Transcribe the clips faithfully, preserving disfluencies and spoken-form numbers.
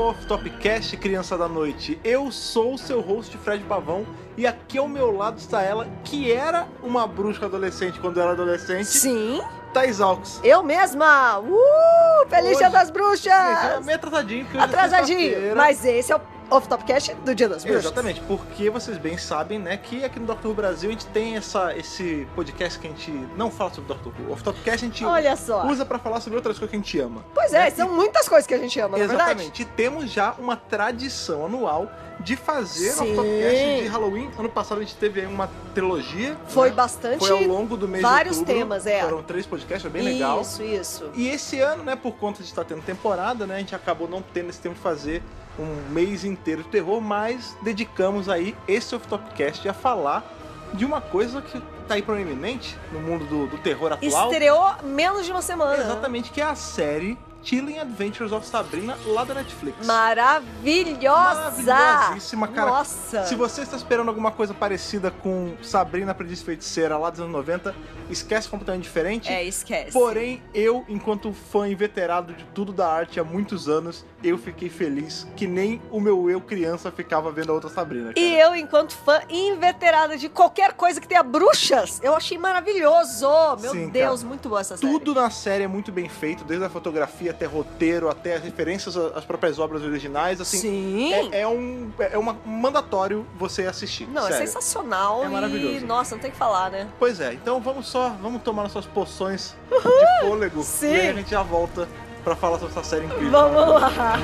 ao Off Topcast, criança da noite. Eu sou o seu host, Fred Pavão, e aqui ao meu lado está ela, que era uma bruxa adolescente quando era adolescente. Sim. Thais Alves. Eu mesma! Uh! Feliz Hoje- Dia das Bruxas! Sim, meio atrasadinho, porque hoje é Atrasadinho! sexta-feira. Mas esse é o Off Topcast do Dia das Bruxas. Exatamente, porque vocês bem sabem, né, que aqui no Doctor Who Brasil a gente tem essa, esse podcast que a gente não fala sobre Doctor Who. Off Topcast a gente Olha só. usa pra falar sobre outras coisas que a gente ama. Pois é, né? são muitas coisas que a gente ama, na verdade. Exatamente, e temos já uma tradição anual de fazer Sim. o podcast de Halloween. Ano passado a gente teve aí uma trilogia. Foi né? bastante. Foi ao longo do mês vários de outubro. temas, é. Foram três podcasts, foi bem legal. Isso, isso. E esse ano, né, por conta de estar tendo temporada, né, a gente acabou não tendo esse tempo de fazer um mês inteiro de terror, mas dedicamos aí esse Off Topcast a falar de uma coisa que tá aí proeminente no mundo do, do terror atual. Estreou menos de uma semana. Exatamente, que é a série Chilling Adventures of Sabrina, lá da Netflix. Maravilhosa! Maravilhosíssima, cara. Nossa! Se você está esperando alguma coisa parecida com Sabrina, Aprendiz de Feiticeira, lá dos anos noventa, esquece, completamente diferente. É, esquece. Porém, eu, enquanto fã inveterado de tudo da arte há muitos anos, eu fiquei feliz que nem o meu eu criança ficava vendo a outra Sabrina, cara. E eu, enquanto fã inveterada de qualquer coisa que tenha bruxas, eu achei maravilhoso! Meu Sim, Deus, cara. muito boa essa série. Tudo na série é muito bem feito, desde a fotografia até roteiro, até as referências às próprias obras originais, assim. Sim! É, é um, é uma, um mandatório você assistir. Não, sério. é sensacional É maravilhoso. e, nossa, não tem o que falar, né? Pois é, então vamos só, vamos tomar nossas poções de fôlego. Sim. E aí a gente já volta pra falar sobre essa série incrível. Vamos lá!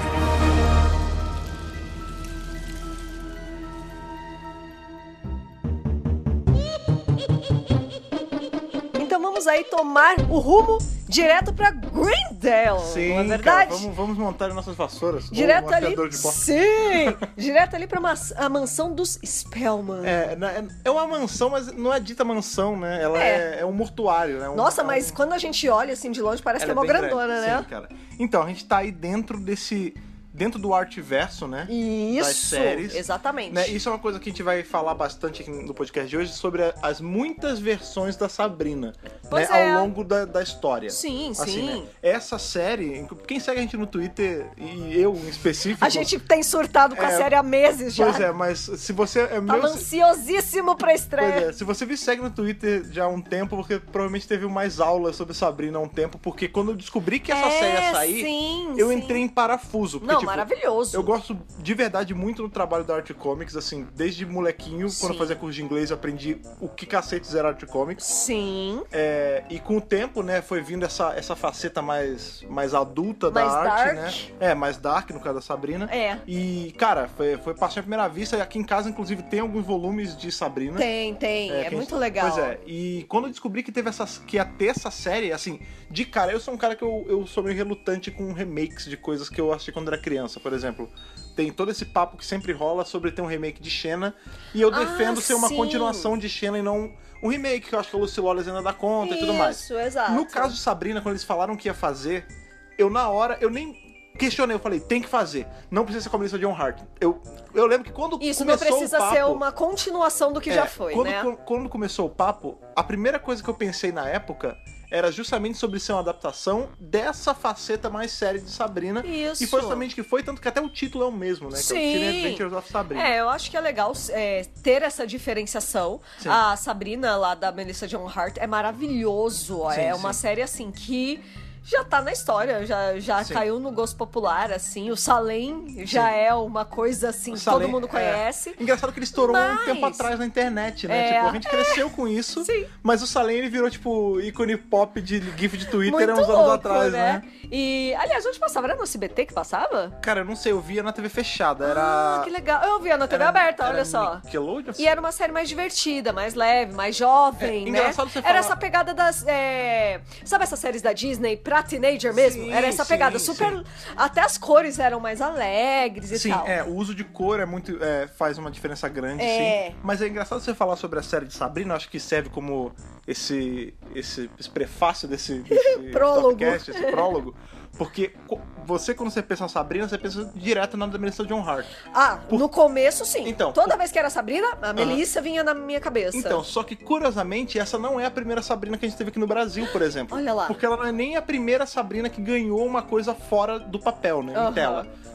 Então vamos aí tomar o rumo direto pra Greendale, Sim, não é verdade? cara, vamos, vamos montar as nossas vassouras. Direto ou um ali, afiador de porta. sim, direto ali pra mas- a mansão dos Spellman. É, né, é uma mansão, mas não é dita mansão, né? Ela é, É. é um mortuário, né? Um- Nossa, é mas um- quando a gente olha assim de longe parece ela que é uma bem grandona, grande. né? Sim, cara. Então, a gente tá aí dentro desse... Dentro do artiverso, né? Isso, das séries, exatamente. Né? Isso é uma coisa que a gente vai falar bastante aqui no podcast de hoje, sobre a- as muitas versões da Sabrina, Pois né? é. Ao longo da, da história. Sim, Assim, sim. né? Essa série, quem segue a gente no Twitter, e eu em específico... A gente tem surtado com a É, série há meses já. Pois é, mas se você é meu... Tava ansiosíssimo pra estreia. Pois é, se você me segue no Twitter já há um tempo, porque provavelmente teve mais aulas sobre Sabrina há um tempo, porque quando eu descobri que essa É, série ia sair, sim, eu sim. entrei em parafuso. Porque, Não, tipo, maravilhoso. eu gosto de verdade muito do trabalho da Art Comics, assim, desde molequinho, quando eu Sim. fazia curso de inglês, eu aprendi o que cacetes era Art Comics. Sim. É, e com o tempo, né, foi vindo essa, essa faceta mais, mais adulta Mais da arte, dark. né? É, mais dark, no caso da Sabrina. É. E, cara, foi, foi paixão à primeira vista. E aqui em casa, inclusive, tem alguns volumes de Sabrina. Tem, tem. É, que a muito gente- legal. Pois é, e quando eu descobri que teve essas, que ia ter essa série, assim, de cara, eu sou um cara que eu, eu sou meio relutante com remakes de coisas que eu assisti quando era criança, por exemplo. Tem todo esse papo que sempre rola sobre ter um remake de Xena, e eu Ah, defendo ser uma sim. continuação de Xena e não um remake, que eu acho que a Lucy Lawless ainda dá conta e tudo mais. Isso, exato. No caso de Sabrina, quando eles falaram que ia fazer, eu na hora, eu nem questionei, eu falei, tem que fazer. Não precisa ser com a Melissa John Hart. Eu, eu lembro que quando Isso, não começou precisa o papo, ser uma continuação do que é, já foi, quando, né? quando- quando começou o papo, a primeira coisa que eu pensei na época era justamente sobre ser uma adaptação dessa faceta mais séria de Sabrina. Isso. E foi justamente que foi, tanto que até o título é o mesmo, né? Que é o Sim. Chilling Adventures of Sabrina. É, eu acho que é legal é, ter essa diferenciação. Sim. A Sabrina, lá da Melissa John Hart, é maravilhoso. Sim, é sim. uma série, assim, que já tá na história, já, já Sim. caiu no gosto popular, assim. O Salem já Sim. é uma coisa, assim, O que Salem, todo mundo é. conhece. Engraçado que ele estourou Mas- um tempo atrás na internet, né? É. Tipo, a gente cresceu com isso, Sim. mas o Salem ele virou, tipo, ícone pop de GIF de Twitter há Muito uns louco, anos atrás, né? né? E, aliás, onde passava? Era no S B T que passava? Cara, eu não sei, eu via na T V fechada, era... Ah, que legal. Eu via na T V era- aberta, era olha só. Nickelodeon? E era uma série mais divertida, mais leve, mais jovem, É, né? engraçado você Era falar- essa pegada das... é, Sabe essas séries da Disney pra teenager mesmo? Sim, Era essa sim, pegada sim. super... Até as cores eram mais alegres e Sim, tal. é, o uso de cor é muito, é, faz uma diferença grande, É. sim. Mas é engraçado você falar sobre a série de Sabrina, eu acho que serve como esse, esse, esse prefácio desse, desse Prólogo. podcast, esse prólogo. Porque co- você, quando você pensa na Sabrina, você pensa direto na da Melissa John Hart. Ah, no começo sim. Então, Toda por- vez que era Sabrina, a Melissa vinha na minha cabeça. Então, só que curiosamente, essa não é a primeira Sabrina que a gente teve aqui no Brasil, por exemplo. Olha lá. Porque ela não é nem a primeira Sabrina que ganhou uma coisa fora do papel, né? Aham. Em tela.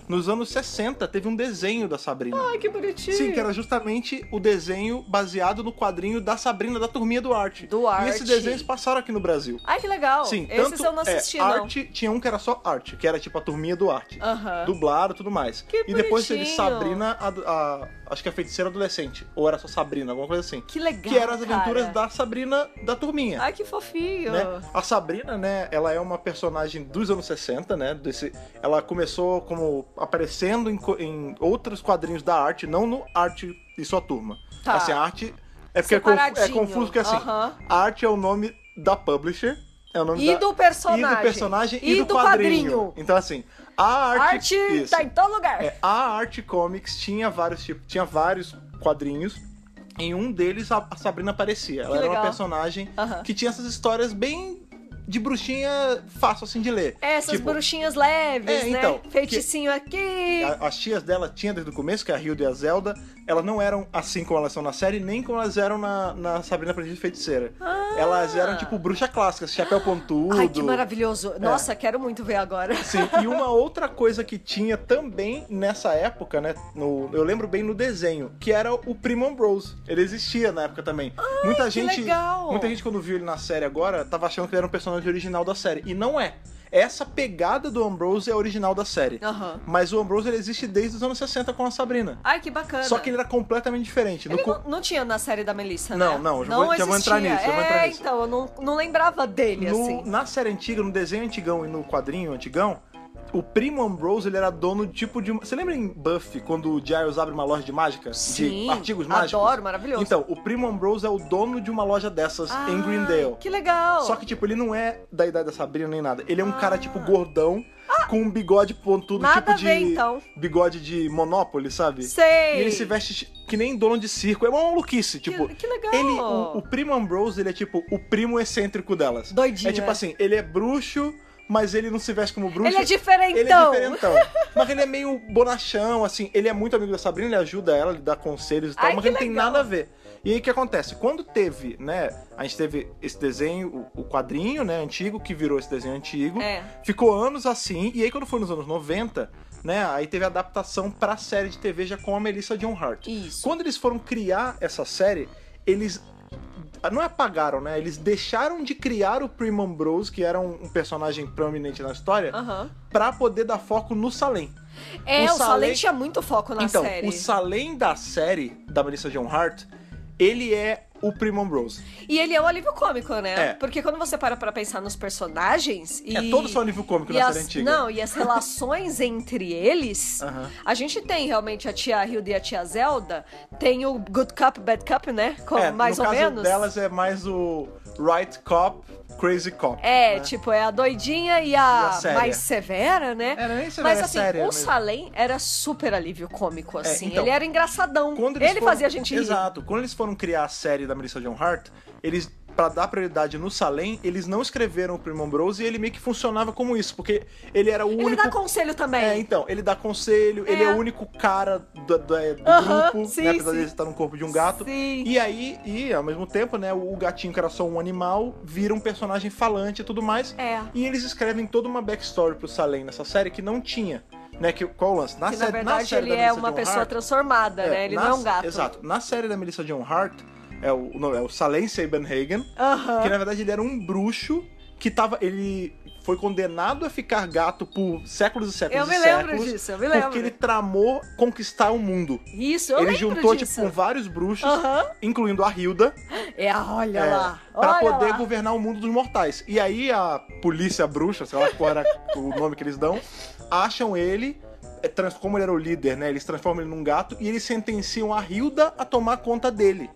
nos anos sessenta teve um desenho da Sabrina. Ai, que bonitinho. Sim, que era justamente o desenho baseado no quadrinho da Sabrina, da turminha do Art. Do Art. E esses desenhos passaram aqui no Brasil. Ai, que legal. Sim, Esses tanto, eu não assisti, é, não. Art, tinha um que era só Art, que era tipo a turminha do Art. Aham. Dublado e tudo mais. Que e depois teve bonitinho. Sabrina, a, a- acho que a feiticeira adolescente. Ou era só Sabrina, alguma coisa assim. Que legal, Que eram as aventuras cara. da Sabrina da turminha. Ai, que fofinho. Né? A Sabrina, né, ela é uma personagem dos anos sessenta, né, desse, ela começou como aparecendo em, co- em outros quadrinhos da Art, não no Art e sua turma. Tá. Assim, a Art é porque é, confu- é Separadinho. confuso que assim, Aham. a Art é o nome da publisher, é o nome E da, do personagem. e do personagem e, E do, do quadrinho. quadrinho. Então assim, a Art, Arte isso. tá em todo lugar. É, a Art Comics tinha vários tipos, tinha vários quadrinhos. Em um deles a a Sabrina aparecia. Ela Que era uma legal. personagem Aham. que tinha essas histórias bem de bruxinha fácil assim de ler. Essas Tipo, bruxinhas leves, É, né? então, Feiticinho aqui. a- as tias dela tinha desde o começo, que é a Hilda e a Zelda, elas não eram assim como elas são na série, nem como elas eram na, na Sabrina Aprendiz de Feiticeira. Ah. Elas eram tipo bruxa clássica, chapéu pontudo. Ai, que maravilhoso. Nossa, quero muito ver agora. Sim, e uma outra coisa que tinha também nessa época, né? No, eu lembro bem no desenho, que era o Primo Ambrose. Ele existia na época também. muita que gente, legal. muita gente quando viu ele na série agora, tava achando que ele era um personagem original da série. E não é. Essa pegada do Ambrose é original da série. Aham. Mas o Ambrose ele existe desde os anos sessenta com a Sabrina. Ai, que bacana. Só que ele era completamente diferente. No Ele co- não, não tinha na série da Melissa, Não, né? não, já vou- já vou entrar existia. nisso, já vou é, entrar nisso. então, eu não, não lembrava dele, No- assim. Na série antiga, no desenho antigão e no quadrinho antigão, o Primo Ambrose ele era dono tipo de... Você lembra em Buffy, quando o Giles abre uma loja de mágica? Sim, De artigos mágicos? adoro, maravilhoso. Então, o Primo Ambrose é o dono de uma loja dessas Ah, em Greendale. Que legal. Só que, tipo, ele não é da idade da Sabrina nem nada. Ele é um cara, tipo, gordão, com um bigode pontudo, Nada tipo a de... ver, então. Bigode de Monopoly, sabe? Sei. E ele se veste que nem dono de circo. É uma maluquice, tipo... que legal. Ele, o, o Primo Ambrose, ele é, tipo, o primo excêntrico delas. Doidinho, É tipo é. assim, ele é bruxo, mas ele não se veste como bruxo. Ele é diferentão. Ele é diferentão. Mas ele é meio bonachão, assim. Ele é muito amigo da Sabrina, ele ajuda ela, ele dá conselhos e tal, Ai, mas que ele não tem legal. nada a ver. E aí o que acontece? Quando teve, né, a gente teve esse desenho, o, o quadrinho, né, antigo, que virou esse desenho antigo. É. Ficou anos assim, e aí quando foi nos anos noventa, né, aí teve a adaptação pra série de T V já com a Melissa Joan Hart. Isso. Quando eles foram criar essa série, eles não apagaram, né? Eles deixaram de criar o Primo Ambrose, que era um, um personagem proeminente na história, Aham. pra poder dar foco no Salem. É, O o, Salem Salem tinha muito foco na então, série. o Salem da série da Melissa Joan Hart, ele é o Primo Ambrose. E ele é um alívio cômico, né? É. Porque quando você para pra pensar nos personagens e... É todo só nível cômico e na as, série antiga. Não, e as relações entre eles, Aham. a gente tem realmente a tia Hilda e a tia Zelda, tem o Good Cup, Bad Cup, né? Com, É, mais no ou caso menos. delas é mais o Right Cop, Crazy Cop. É, né? tipo, é a doidinha e a, E a séria. mais severa, né? Era nem severa, Mas é assim, séria o mesmo. Salem era super alívio cômico, assim. então, ele era engraçadão. Quando eles Ele foram- fazia a gente rir. Exato. Quando eles foram criar a série da Melissa Joan Hart, eles, pra dar prioridade no Salem, eles não escreveram o Primo Ambrose e ele meio que funcionava como isso, porque ele era o Ele único... dá conselho também. É, então, ele dá conselho, ele é o único cara do, do, é, do Aham, grupo, sim, né, apesar sim. de ele estar no corpo de um gato. Sim. E aí, e ao mesmo tempo, né, o gatinho que era só um animal, vira um personagem falante e tudo mais. É. E eles escrevem toda uma backstory pro Salem nessa série que não tinha. Né, que, qual o lance? Na Que série, na verdade série ele da é Melissa uma Joan pessoa Hart, transformada, né? Ele na- não é um gato. Exato. Na série da Melissa Joan Hart, é o, o nome é o Salem Sabenhagen, Aham. que na verdade ele era um bruxo que tava... Ele foi condenado a ficar gato por séculos e séculos Eu me e lembro séculos, disso, eu me lembro. porque ele tramou conquistar o mundo. Isso, eu ele lembro juntou, disso. tipo, com vários bruxos, Aham. incluindo a Hilda, É, olha é, lá. pra olha poder lá. governar o mundo dos mortais. E aí a polícia bruxa, sei lá qual era o nome que eles dão, acham ele, é, trans- como ele era o líder, né? Eles transformam ele num gato e eles sentenciam a Hilda a tomar conta dele.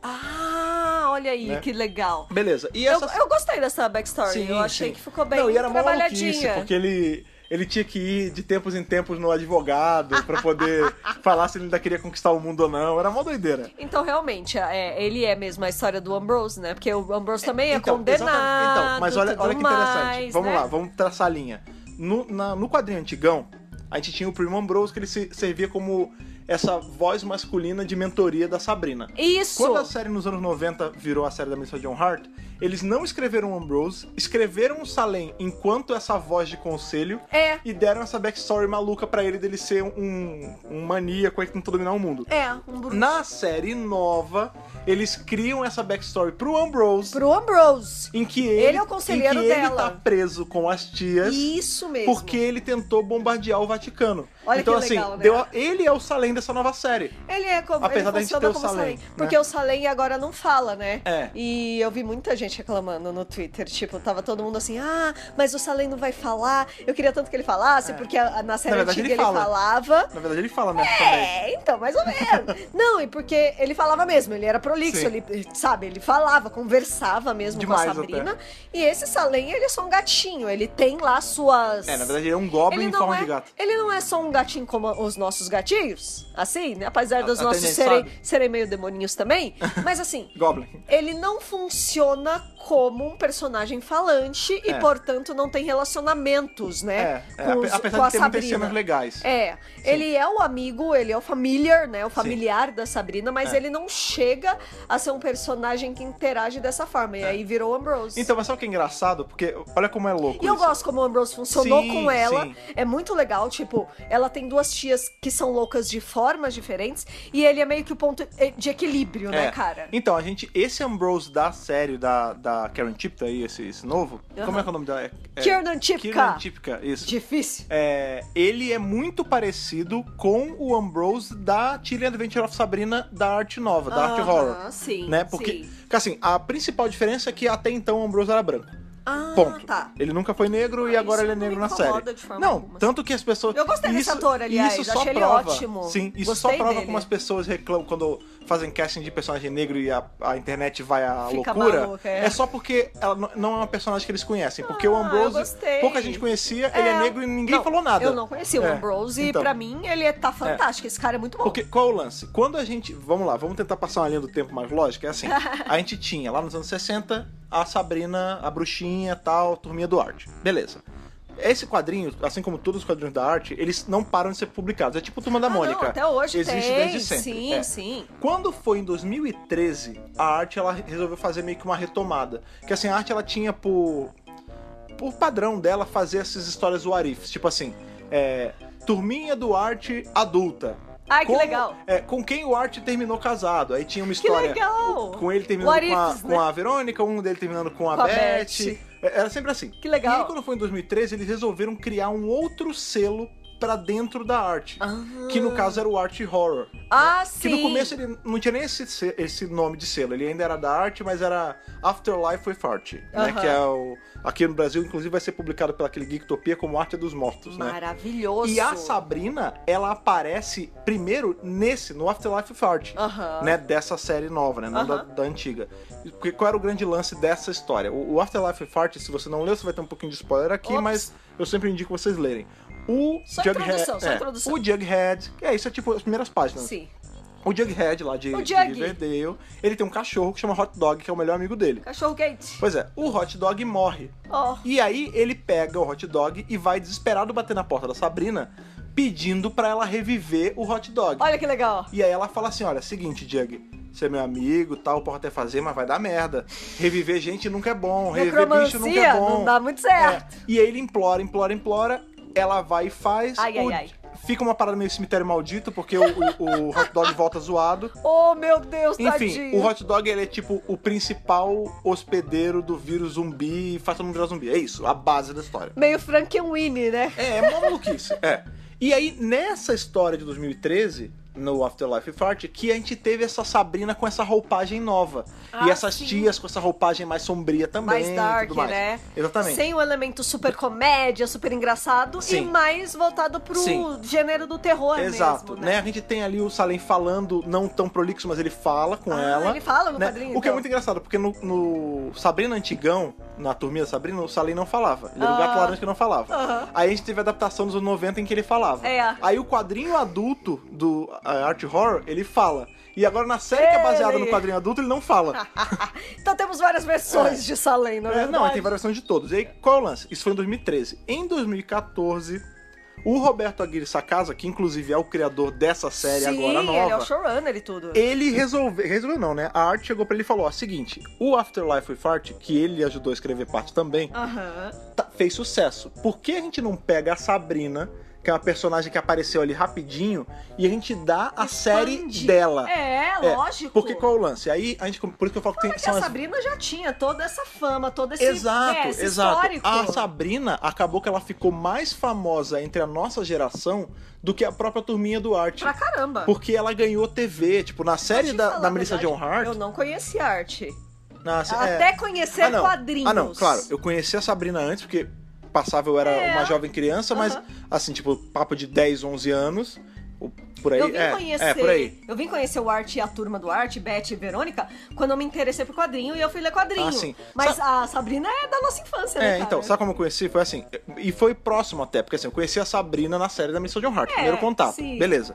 Ah, olha aí, Né? que legal. Beleza. E Eu, essa... eu gostei dessa backstory. Sim, eu achei sim. que ficou bem Não, e era mó maluquice, trabalhadinha. porque ele, ele tinha que ir de tempos em tempos no advogado pra poder falar se ele ainda queria conquistar o mundo ou não. Era mó doideira. Então, realmente, é, ele é mesmo a história do Ambrose, né? Porque o Ambrose também é Então, condenado. exatamente. Então, mas olha, tudo olha que interessante. mais, Vamos né? lá, vamos traçar a linha. No, na- no quadrinho antigão, a gente tinha o Primo Ambrose, que ele se, servia como essa voz masculina de mentoria da Sabrina. Isso! Quando a série nos anos noventa virou a série da Melissa Joan Hart, eles não escreveram o Ambrose, escreveram o Salem enquanto essa voz de conselho É. e deram essa backstory maluca pra ele dele ser um, um maníaco aí que tentou dominar o mundo. É, um bruxo. Na série nova, eles criam essa backstory pro Ambrose, Pro Ambrose. em que ele, Ele é o conselheiro em que ele dela. tá preso com as tias Isso mesmo. porque ele tentou bombardear o Vaticano. Olha então, que assim, legal, né? deu a- ele é o Salem dessa nova série. Ele é como Apesar ele da gente funciona ter o como Salem, né? Porque o Salem agora não fala, né? É. E eu vi muita gente reclamando no Twitter, tipo, tava todo mundo assim, ah, mas o Salem não vai falar. Eu queria tanto que ele falasse, porque a- na série Na verdade, antiga ele ele, fala. falava. Na verdade, ele fala mesmo também. É, então, mais ou menos. Não, e porque ele falava mesmo, ele era prolixo, Sim. ele, sabe, ele falava, conversava mesmo Demais com a Sabrina. E esse Salem, ele é só um gatinho, ele tem lá suas... É, na verdade, ele é um Goblin Ele em não, forma é, de gato. ele não é só um gatinho como os nossos gatinhos, assim, né? Apesar dos Até nossos gente serem, sabe. serem meio demoninhos também. Mas assim, Goblin. ele não funciona como um personagem falante e, É. portanto, não tem relacionamentos, né? É, é, com, ape- os- apesar com a de ter muitas Sabrina. cenas legais. É, ele é o amigo, ele é o familiar, né? O familiar da Sabrina, mas É. ele não chega a ser um personagem que interage dessa forma. E aí virou Ambrose. Então, mas sabe o que é engraçado? Porque olha como é louco E eu isso. gosto como o Ambrose funcionou Sim, com ela. sim. É muito legal, tipo, ela tem duas tias que são loucas de formas diferentes e ele é meio que o ponto de equilíbrio, né, É. cara? Então, a gente, esse Ambrose da série da, da Karen Chipka aí, esse, esse novo, Aham. como é que é o nome dela? É, é, Kiernan Chipka. Kiernan Chipka, isso. Difícil. É, ele é muito parecido com o Ambrose da Chilling Adventure of Sabrina da arte nova, da arte Aham, horror. sim, Né? Porque, sim. porque, assim, a principal diferença é que até então o Ambrose era branco. Ah, Ponto. tá. Ele nunca foi negro e Ah, agora isso ele é não me negro na incomoda série. de forma Não, alguma. tanto que as pessoas. Eu gostei desse isso, ator, aliás, Isso só achei ele prova. ótimo. Sim, isso Gostei só prova dele. como as pessoas reclamam quando fazem casting de personagem negro e a, a internet vai à Fica loucura. maluca, é. só porque ela não- não é uma personagem que eles conhecem. Porque Ah, o eu Ambrose, gostei. pouca gente conhecia, ele é negro e ninguém Não, falou nada. Eu não conhecia o É, Ambrose então. e pra mim ele é- tá fantástico. Esse cara é muito bom. Porque, qual é o lance? Quando a gente. Vamos lá, vamos tentar passar uma linha do tempo mais lógica. É assim: a gente tinha lá nos anos sessenta a Sabrina, a bruxinha tal, a turminha do arte. Beleza. Esse quadrinho, assim como todos os quadrinhos da arte, eles não param de ser publicados. É tipo Turma da Ah, Mônica. não, até hoje Existe tem. desde sempre. Sim, É. sim. Quando foi em dois mil e treze, a arte ela resolveu fazer meio que uma retomada. Que assim, a arte ela tinha por, por padrão dela fazer essas histórias what ifs. Tipo assim, é, turminha do arte adulta. Ai, que Com- legal. é, com quem o Art terminou casado. Aí tinha uma história. legal. o- Com ele terminando What com, a, ifs, com né? a Verônica, um dele terminando com a, Com a Beth. Beth. É, Era sempre assim. Que legal. E aí, quando foi em dois mil e treze, eles resolveram criar um outro selo pra dentro da arte. Ah. Que no caso era o Art Horror. Ah, Que sim. no começo ele não tinha nem esse, se- esse nome de selo. Ele ainda era da arte, mas era Afterlife with Art. Né? Aham. Que é o. Aqui no Brasil, inclusive, vai ser publicado pela aquele Geektopia como Arte dos Mortos, né? Maravilhoso. E a Sabrina, ela aparece primeiro nesse, no Afterlife of Art, Aham. né? Dessa série nova, né? Não da, Aham. da antiga. Porque qual era o grande lance dessa história? O, o Afterlife of Art, se você não leu, você vai ter um pouquinho de spoiler aqui, Ops. mas eu sempre indico vocês lerem. O Só Jughead, introdução, só é, introdução. o Jughead, é isso, é tipo as primeiras páginas. Sim. O Jughead lá de, O de Jug. Riverdale, ele tem um cachorro que chama Hot Dog, que é o melhor amigo dele. Cachorro quente. Pois é, o Hot Dog morre. Oh. E aí ele pega o Hot Dog e vai desesperado bater na porta da Sabrina, pedindo pra ela reviver o Hot Dog. Olha que legal. E aí ela fala assim, olha, seguinte, Jug, você é meu amigo, tal, pode até fazer, mas vai dar merda. Reviver gente nunca é bom, reviver bicho nunca é Necromancia bom. não dá muito certo. É. E aí ele implora, implora, implora, ela vai e faz. Ai, ai, o- ai. Fica uma parada meio cemitério maldito, porque o, o- o Hot Dog volta zoado. Oh, meu Deus, Enfim, tadinho. o Hot Dog ele é tipo o principal hospedeiro do vírus zumbi e faz todo mundo virar zumbi. É isso, a base da história. Meio Frankenweenie, né? É, é uma maluquice. É. E aí, nessa história de dois mil e treze, no Afterlife of Art, que a gente teve essa Sabrina com essa roupagem nova. Ah, e essas sim. tias com essa roupagem mais sombria também. Mais dark, tudo mais. né? Exatamente. Sem o elemento super comédia, super engraçado Sim. e mais voltado pro Sim. gênero do terror Exato, mesmo, né? né? A gente tem ali o Salem falando, não tão prolixo, mas ele fala com Ah, ela. ele fala no né? quadrinho, O que é então. muito engraçado, porque no, no Sabrina Antigão, na turminha da Sabrina, o Salem não falava. Ele era o Ah. gato laranja que não falava. Aham. Aí a gente teve a adaptação dos anos noventa em que ele falava. É. Aí o quadrinho adulto do uh, Art Horror, ele fala. E agora na série que é baseada Ele. no quadrinho adulto, ele não fala. Então temos várias versões É. de Salem, não é É, verdade? não, tem variação de todos. E aí, qual é o lance? Isso foi em dois mil e treze. Em dois mil e quatorze, O Roberto Aguirre Sacasa, que inclusive é o criador dessa série Sim, agora nova... ele é o showrunner e tudo. Ele resolveu... Resolveu não, né? A Art chegou pra ele e falou, ó, seguinte, o Afterlife with Art, que ele ajudou a escrever parte também, Aham. tá- fez sucesso. Por que a gente não pega a Sabrina, que é uma personagem que apareceu ali rapidinho, e a gente dá a série Expande. dela? É, lógico. Porque qual é o lance? Aí, a gente, por isso que eu falo que tem... Porque são a as- Sabrina já tinha toda essa fama, todo esse, Exato, né, esse exato. histórico. A Sabrina acabou que ela ficou mais famosa entre a nossa geração do que a própria turminha do Art. Pra caramba. Porque ela ganhou T V, tipo, na série Pra te da, falar da a Melissa verdade, John Hart. Eu não conhecia arte. na- é- Até conhecer ah, não. quadrinhos. Ah, não, claro. Eu conheci a Sabrina antes, porque passava, eu era É. uma jovem criança, mas, Aham. assim, tipo, papo de dez, onze anos, ou por aí. Eu vim é, conhecer, é, por aí. eu vim conhecer o Art e a turma do Art, Beth e Verônica, quando eu me interessei por quadrinho e eu fui ler quadrinho. Ah, sim. Mas Sa- a Sabrina é da nossa infância, né, É, cara? então, sabe como eu conheci? Foi assim, e foi próximo até, porque assim, eu conheci a Sabrina na série da Melissa John Hart, É, primeiro contato, sim. beleza.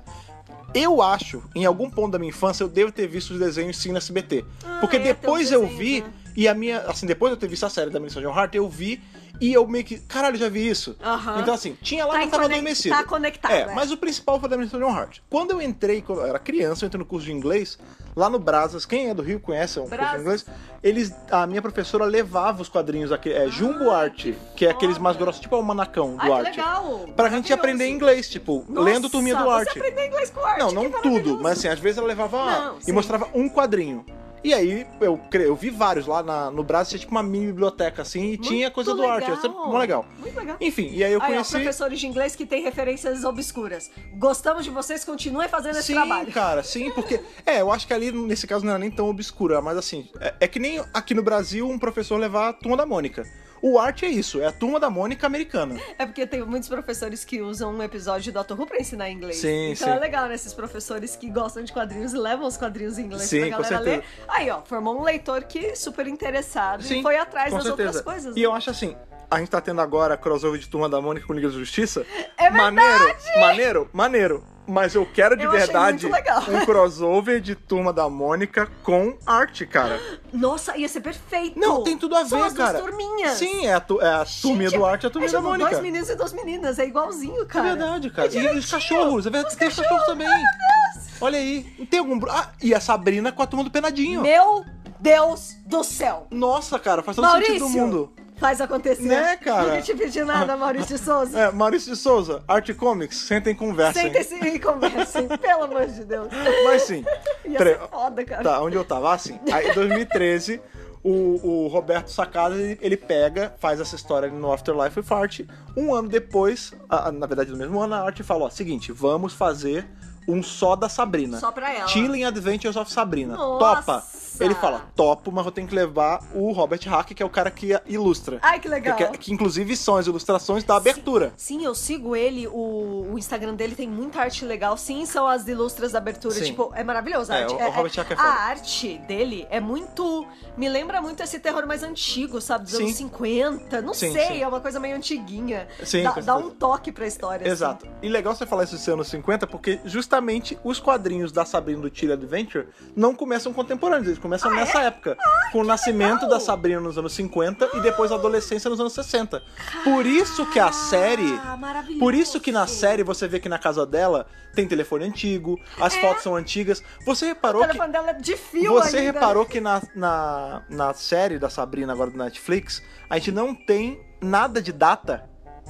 Eu acho, em algum ponto da minha infância, eu devo ter visto os desenhos sim no S B T. Ah, porque é, tem depois uns eu desenhos, vi, né? e a minha, assim, depois de eu ter visto a série da Melissa John Hart, eu vi, e eu meio que, caralho, já vi isso. Aham. Então assim, tinha lá, Tá mas tava conec- adormecido. tá conectado, É, é. mas o principal foi da Melissa John Hart. Quando eu entrei, quando eu era criança, eu entrei no curso de inglês, lá no Brasas, quem é do Rio conhece, é um curso Brasas. de inglês, eles, a minha professora levava os quadrinhos, aqui, é, Jumbo Ai, Art, que que é aqueles mais foda. grossos, tipo o Manacão do Ai, que Art. legal. Pra gente Maravilhoso. aprender inglês, tipo, Nossa, lendo Turminha do Art. Você aprendeu inglês com arte, Não, que não maravilhoso. tudo, mas assim, às vezes ela levava Não, e sim. mostrava um quadrinho. E aí, eu, cre- eu vi vários lá na- no Brasil, tinha tipo uma mini biblioteca assim, e tinha coisa do legal. arte, era sempre muito legal. Muito legal. Enfim, e aí eu Aí, ó, conheci... professores de inglês que têm referências obscuras. Gostamos de vocês, continuem fazendo esse Sim, trabalho. cara, sim, porque... É, eu acho que ali, nesse caso, não era nem tão obscura, mas assim, é, é que nem aqui no Brasil um professor levar a Turma da Mônica. O arte é isso, é a Turma da Mônica americana. É porque tem muitos professores que usam um episódio de Doctor Who pra ensinar inglês. Sim, então sim. é legal, né? Esses professores que gostam de quadrinhos e levam os quadrinhos em inglês Sim, pra com galera certeza. ler. Aí, ó, formou um leitor que super interessado Sim, e foi atrás com das certeza. outras coisas. E né? eu acho assim, a gente tá tendo agora crossover de Turma da Mônica com Liga da Justiça. É Maneiro, maneiro, maneiro. Mas eu quero de Eu achei verdade muito legal. um crossover de Turma da Mônica com arte, cara. Nossa, ia ser perfeito! Não, tem tudo a ver, São as cara. duas turminhas. Sim, é a, tu- é a turminha Gente, do arte e a é turminha da tipo Mônica. dois meninos e duas meninas, é igualzinho, É cara. verdade, cara. É E direitinho. os cachorros, é verdade. Tem os cachorros também. Olha aí. Tem algum. bru- Ah, e a Sabrina com a turma do Penadinho. Meu Deus do céu! Nossa, cara, faz todo Maurício, sentido do mundo. faz acontecer. Né, cara? Não te pedi nada, Maurício de Souza. É, Maurício de Souza, Art Comics, sentem e conversem. Sentem-se e conversem, pelo amor de Deus. Mas sim. Ia Peraí, ser foda, cara. Tá, onde eu tava? Assim, aí em dois mil e treze, o, o Roberto Sacada, ele, ele pega, faz essa história no Afterlife with Art. Um ano depois, a- a- na verdade no mesmo ano, a Art fala, ó, seguinte, vamos fazer um só da Sabrina. Só pra ela. Chilling Adventures of Sabrina. Nossa! Topa? Ele fala, topo, mas eu tenho que levar o Robert Hack, que é o cara que ilustra. Ai, que legal. Que, que inclusive são as ilustrações da abertura. Sim, eu sigo ele, o, o Instagram dele tem muita arte legal. Sim, são as ilustras da abertura. Sim. Tipo, é maravilhoso. A, É, arte, o- o Robert Hack é foda. a arte dele é muito. Me lembra muito esse terror mais antigo, sabe? Dos Sim. anos cinquenta. Não Sim, sei, sim. é uma coisa meio antiguinha. Sim, dá, com dá certeza. um toque pra história. Exato. E legal você falar isso de ser anos cinquenta, porque justamente os quadrinhos da Sabrina do Chilling Adventure não começam contemporâneos, eles começam Ah, nessa é? época. Com o nascimento legal! da Sabrina nos anos cinquenta e depois a adolescência nos anos sessenta. Por isso que a série. Ah, maravilhoso. Por isso que na série você vê que na casa dela tem telefone antigo, as É. fotos são antigas. Você O reparou que. telefone dela é de fio Você ainda. reparou que na, na, na série da Sabrina, agora do Netflix, a gente não tem nada de data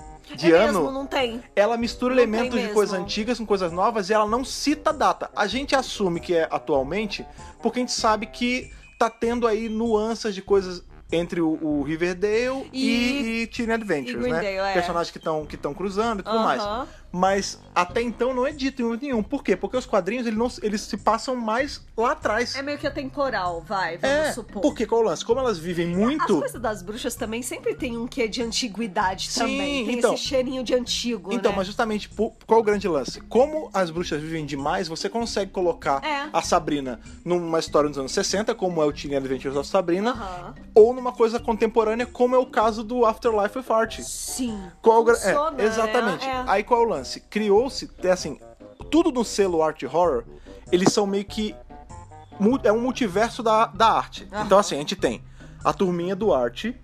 de é ano. Mesmo, não tem. Ela mistura Não elementos tem de mesmo. coisas antigas com coisas novas e ela não cita data. A gente assume que é atualmente, porque a gente sabe que tá tendo aí nuances de coisas entre o, o Riverdale E- e, e Teen Adventures, e né? Greendale, é. Personagens que estão que estão cruzando e tudo Aham. mais. Mas até então não é dito em momento nenhum. Por quê? Porque os quadrinhos eles, não, eles se passam mais lá atrás. É meio que atemporal, vai, vamos É, supor. porque qual é o lance? Como elas vivem As muito. coisas das bruxas também sempre tem um quê de antiguidade Sim, também. Tem então. esse cheirinho de antigo, Então, né? mas justamente, por- qual o grande lance? Como as bruxas vivem demais, você consegue colocar É. a Sabrina numa história dos anos sessenta, como é o Teen Adventures of Sabrina, Aham. ou numa coisa contemporânea, como é o caso do Afterlife with Art. Sim. Qual o gra- Funciona, é, exatamente. né? É. Aí qual é o lance? Criou-se, é assim, tudo no selo Art Horror, eles são meio que mu- é um multiverso da, da arte. Aham. Então assim, a gente tem a turminha do Art,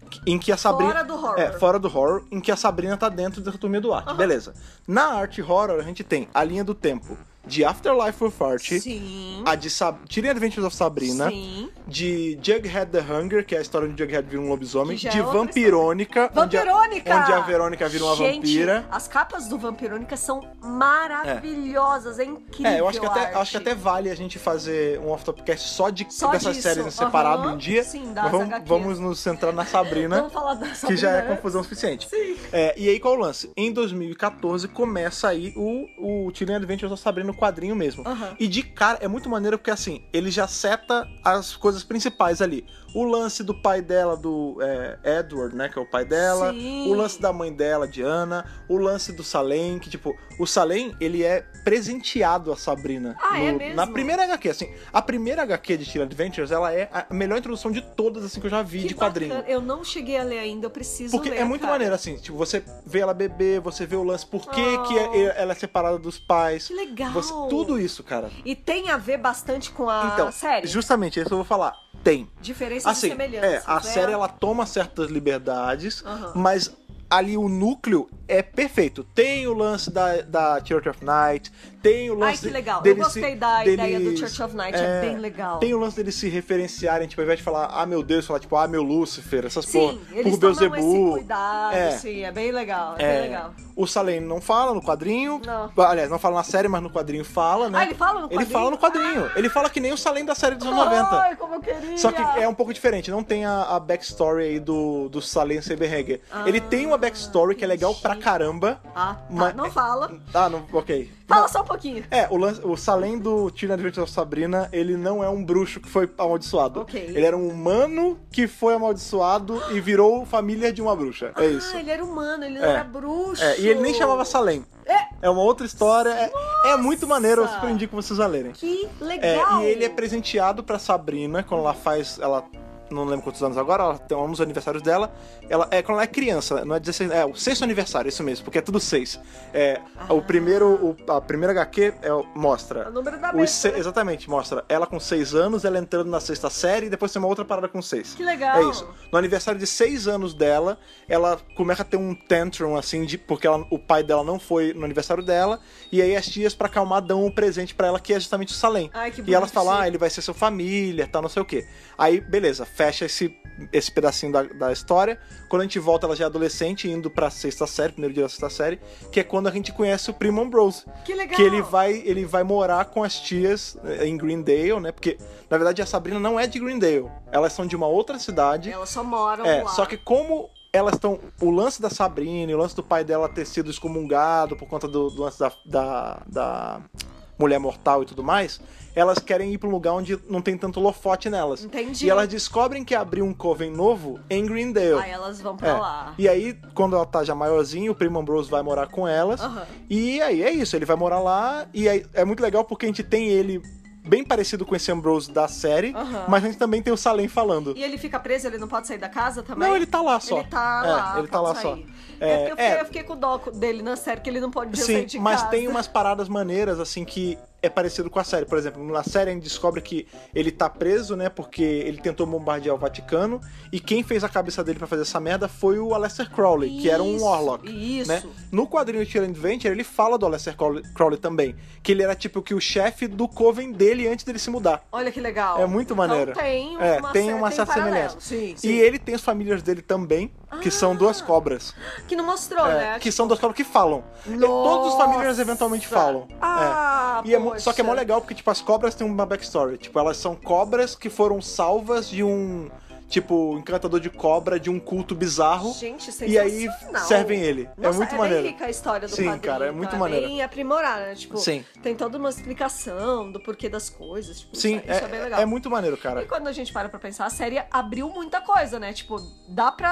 em que a Sabrina... Fora do horror. É, fora do horror, em que a Sabrina tá dentro da turminha do Art. Uhum. Beleza. Na Art Horror, a gente tem a linha do tempo de Afterlife with Art, Sim. a de Sab... Chilling Adventures of Sabrina, Sim. de Jughead the Hunger, que é a história de Jughead vira um lobisomem, Que já de é outra Vampirônica, onde a... Vampirônica! onde a Verônica vira uma Gente, vampira. as capas do Vampirônica são maravilhosas, é, incrível. É, eu acho que, até, a arte. acho que até vale a gente fazer um off-topcast só, de, Só dessas disso. séries em separado Uhum. um dia. Sim, Mas das vamos, H Qs. vamos nos centrar na Sabrina, Vamos falar da que Sabrina já é antes. confusão suficiente. Sim. É, e aí qual é o lance? Em dois mil e quatorze começa aí o, o Chilling Adventures of Sabrina no quadrinho mesmo. Uhum. E de cara é muito maneiro porque assim, ele já seta as coisas principais ali. O lance do pai dela, do é, Edward, né, que é o pai dela. Sim. O lance da mãe dela, Diana. O lance do Salem, que tipo, o Salem, ele é presenteado a Sabrina. Ah, no- é mesmo? Na primeira H Q, assim. A primeira H Q de Chilling Adventures, ela é a melhor introdução de todas, assim, que eu já vi Que de quadrinho. bacana. Eu não cheguei a ler ainda, eu preciso Porque ler, é muito cara. maneiro, assim, tipo, você vê ela beber, você vê o lance, por que, Oh. que é- ela é separada dos pais. Que legal. Você- tudo isso, cara. E tem a ver bastante com a Então, série? justamente, isso eu vou falar. Tem. Diferenças Assim, e semelhanças, é, a né? série ela toma certas liberdades, Aham. mas ali o núcleo é perfeito. Tem o lance da, da Church of Night, tem o lance Ai, que legal. Eu deles gostei se- da deles- ideia do Church of Night, é bem legal. Tem o lance deles se referenciarem, tipo, ao invés de falar, ah, meu Deus, falar, tipo, ah, meu Lúcifer, essas porra, Sim, eles por tomam esse Beelzebub. cuidado, É. sim, é bem legal, é, É, bem legal. o Salem não fala no quadrinho. Não. Aliás, não fala na série, mas no quadrinho fala, né? Ah, ele fala no Ele quadrinho? fala no quadrinho. Ele fala que nem o Salem da série dos anos noventa. Ai, como eu queria! Só que é um pouco diferente, não tem a, a backstory aí do, do Salem Saberhagen. Ele tem uma backstory que é legal pra caramba. Ah, tá, mas- não fala. Ah, não, ok. Fala Não. só um pouquinho. É, o, lance, o Salem do Chilling Adventures of Sabrina, ele não é um bruxo que foi amaldiçoado. Ok. Ele era um humano que foi amaldiçoado e virou família de uma bruxa. É isso. Ah, ele era humano, ele não É. era bruxo. É, e ele nem chamava Salem. É. É uma outra história. É, é muito maneiro, eu Nossa! super indico vocês a lerem. Que É, legal. e ele é presenteado pra Sabrina quando ela faz. Ela não lembro quantos anos agora, ela tem um dos aniversários dela. Ela é quando ela é criança, não é dezesseis, é o sexto aniversário, isso mesmo, porque é tudo seis. É, Ah. o primeiro, o, a primeira H Q é, o- mostra. O número da os besta, se- né? Exatamente, mostra ela com seis anos, ela entrando na sexta série, e depois tem uma outra parada com seis. Que legal. É isso. No aniversário de seis anos dela, ela começa a ter um tantrum, assim, de, porque ela- o pai dela não foi no aniversário dela, e aí as tias, pra acalmar, dão um presente pra ela, que é justamente o Salem. Ai, que E elas bonitinho. falam, ah, ele vai ser sua família, tal, não sei o quê. Aí, beleza, fecha esse, esse pedacinho da, da história. Quando a gente volta, ela já é adolescente, indo pra sexta série, primeiro dia da sexta série, que é quando a gente conhece o Primo Ambrose. Que legal. Que ele vai, ele vai morar com as tias eh, em Greendale, né? Porque, na verdade, a Sabrina não é de Greendale. Elas são de uma outra cidade. Elas só moram É, lá. só que como elas estão... O lance da Sabrina e o lance do pai dela ter sido excomungado por conta do, do lance da, da, da mulher mortal e tudo mais, elas querem ir pra um lugar onde não tem tanto holofote nelas. Entendi. E elas descobrem que abriu um coven novo em Greendale. Aí elas vão pra É. lá. E aí, quando ela tá já maiorzinha, o Primo Ambrose vai morar com elas. Aham. E aí é isso, ele vai morar lá. E aí é muito legal porque a gente tem ele bem parecido com esse Ambrose da série, Aham. mas a gente também tem o Salem falando. E ele fica preso, ele não pode sair da casa também? Não, ele tá lá só. Ele tá É, lá, ele tá pode lá sair. só. É, porque eu, fiquei, É, eu fiquei com o dó dele na série, que ele não pode Sim, sair de mas casa. tem umas paradas maneiras, assim, que é parecido com a série. Por exemplo, na série a gente descobre que ele tá preso, né, porque ele tentou bombardear o Vaticano, e quem fez a cabeça dele pra fazer essa merda foi o Aleister Crowley, que era um Isso, Warlock. isso. Né? No quadrinho Chilling Adventure, ele fala do Aleister Crowley, Crowley também, que ele era tipo que o chefe do coven dele antes dele se mudar. Olha que legal. É muito maneiro. Então tem uma, É, tem cer- uma certa paralelo. semelhança. Sim, sim. E ele tem as famílias dele também, que Ah. são duas cobras. Que não mostrou, É, né? que Tipo, são duas cobras que falam. E todos os famílias eventualmente falam. Ah, É. E é mo- poxa. só que é mó legal porque, tipo, as cobras têm uma backstory. Tipo, elas são cobras que foram salvas de um, tipo, encantador de cobra de um culto bizarro. Gente, E aí sensacional. servem ele. Nossa, é muito é maneiro. bem rica a história do Sim, quadrinho, cara, é muito tá? maneiro. Bem aprimorada, né? Tipo, Sim. tem toda uma explicação do porquê das coisas. Tipo, Sim, isso, é, isso é bem legal. é, é muito maneiro, cara. E quando a gente para pra pensar, a série abriu muita coisa, né? Tipo, dá pra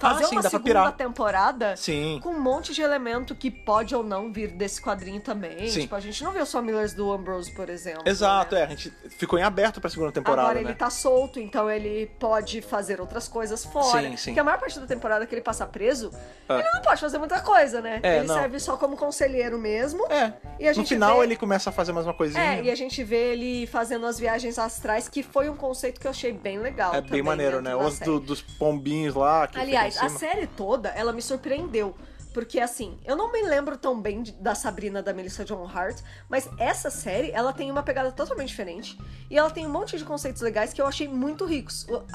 fazer Ah, sim, uma dá pra segunda pirar. temporada Sim. com um monte de elemento que pode ou não vir desse quadrinho também. Sim. Tipo, a gente não viu só Millers do Ambrose, por exemplo. Exato, né? é. A gente ficou em aberto pra segunda temporada, Agora né? ele tá solto, então ele pode fazer outras coisas fora. Sim, sim. Porque a maior parte da temporada que ele passa preso, Ah. ele não pode fazer muita coisa, né? É, ele não. serve só como conselheiro mesmo. É. E a No gente final vê... ele começa a fazer mais uma coisinha. É, e a gente vê ele fazendo as viagens astrais, que foi um conceito que eu achei bem legal. É também bem maneiro, dentro né? da O série. do, dos pombinhos lá. Que Aliás, fica a em cima. série toda, ela me surpreendeu. Porque, assim, eu não me lembro tão bem de- da Sabrina da Melissa Joan Hart, mas essa série, ela tem uma pegada totalmente diferente. E ela tem um monte de conceitos legais que eu achei muito ricos. O-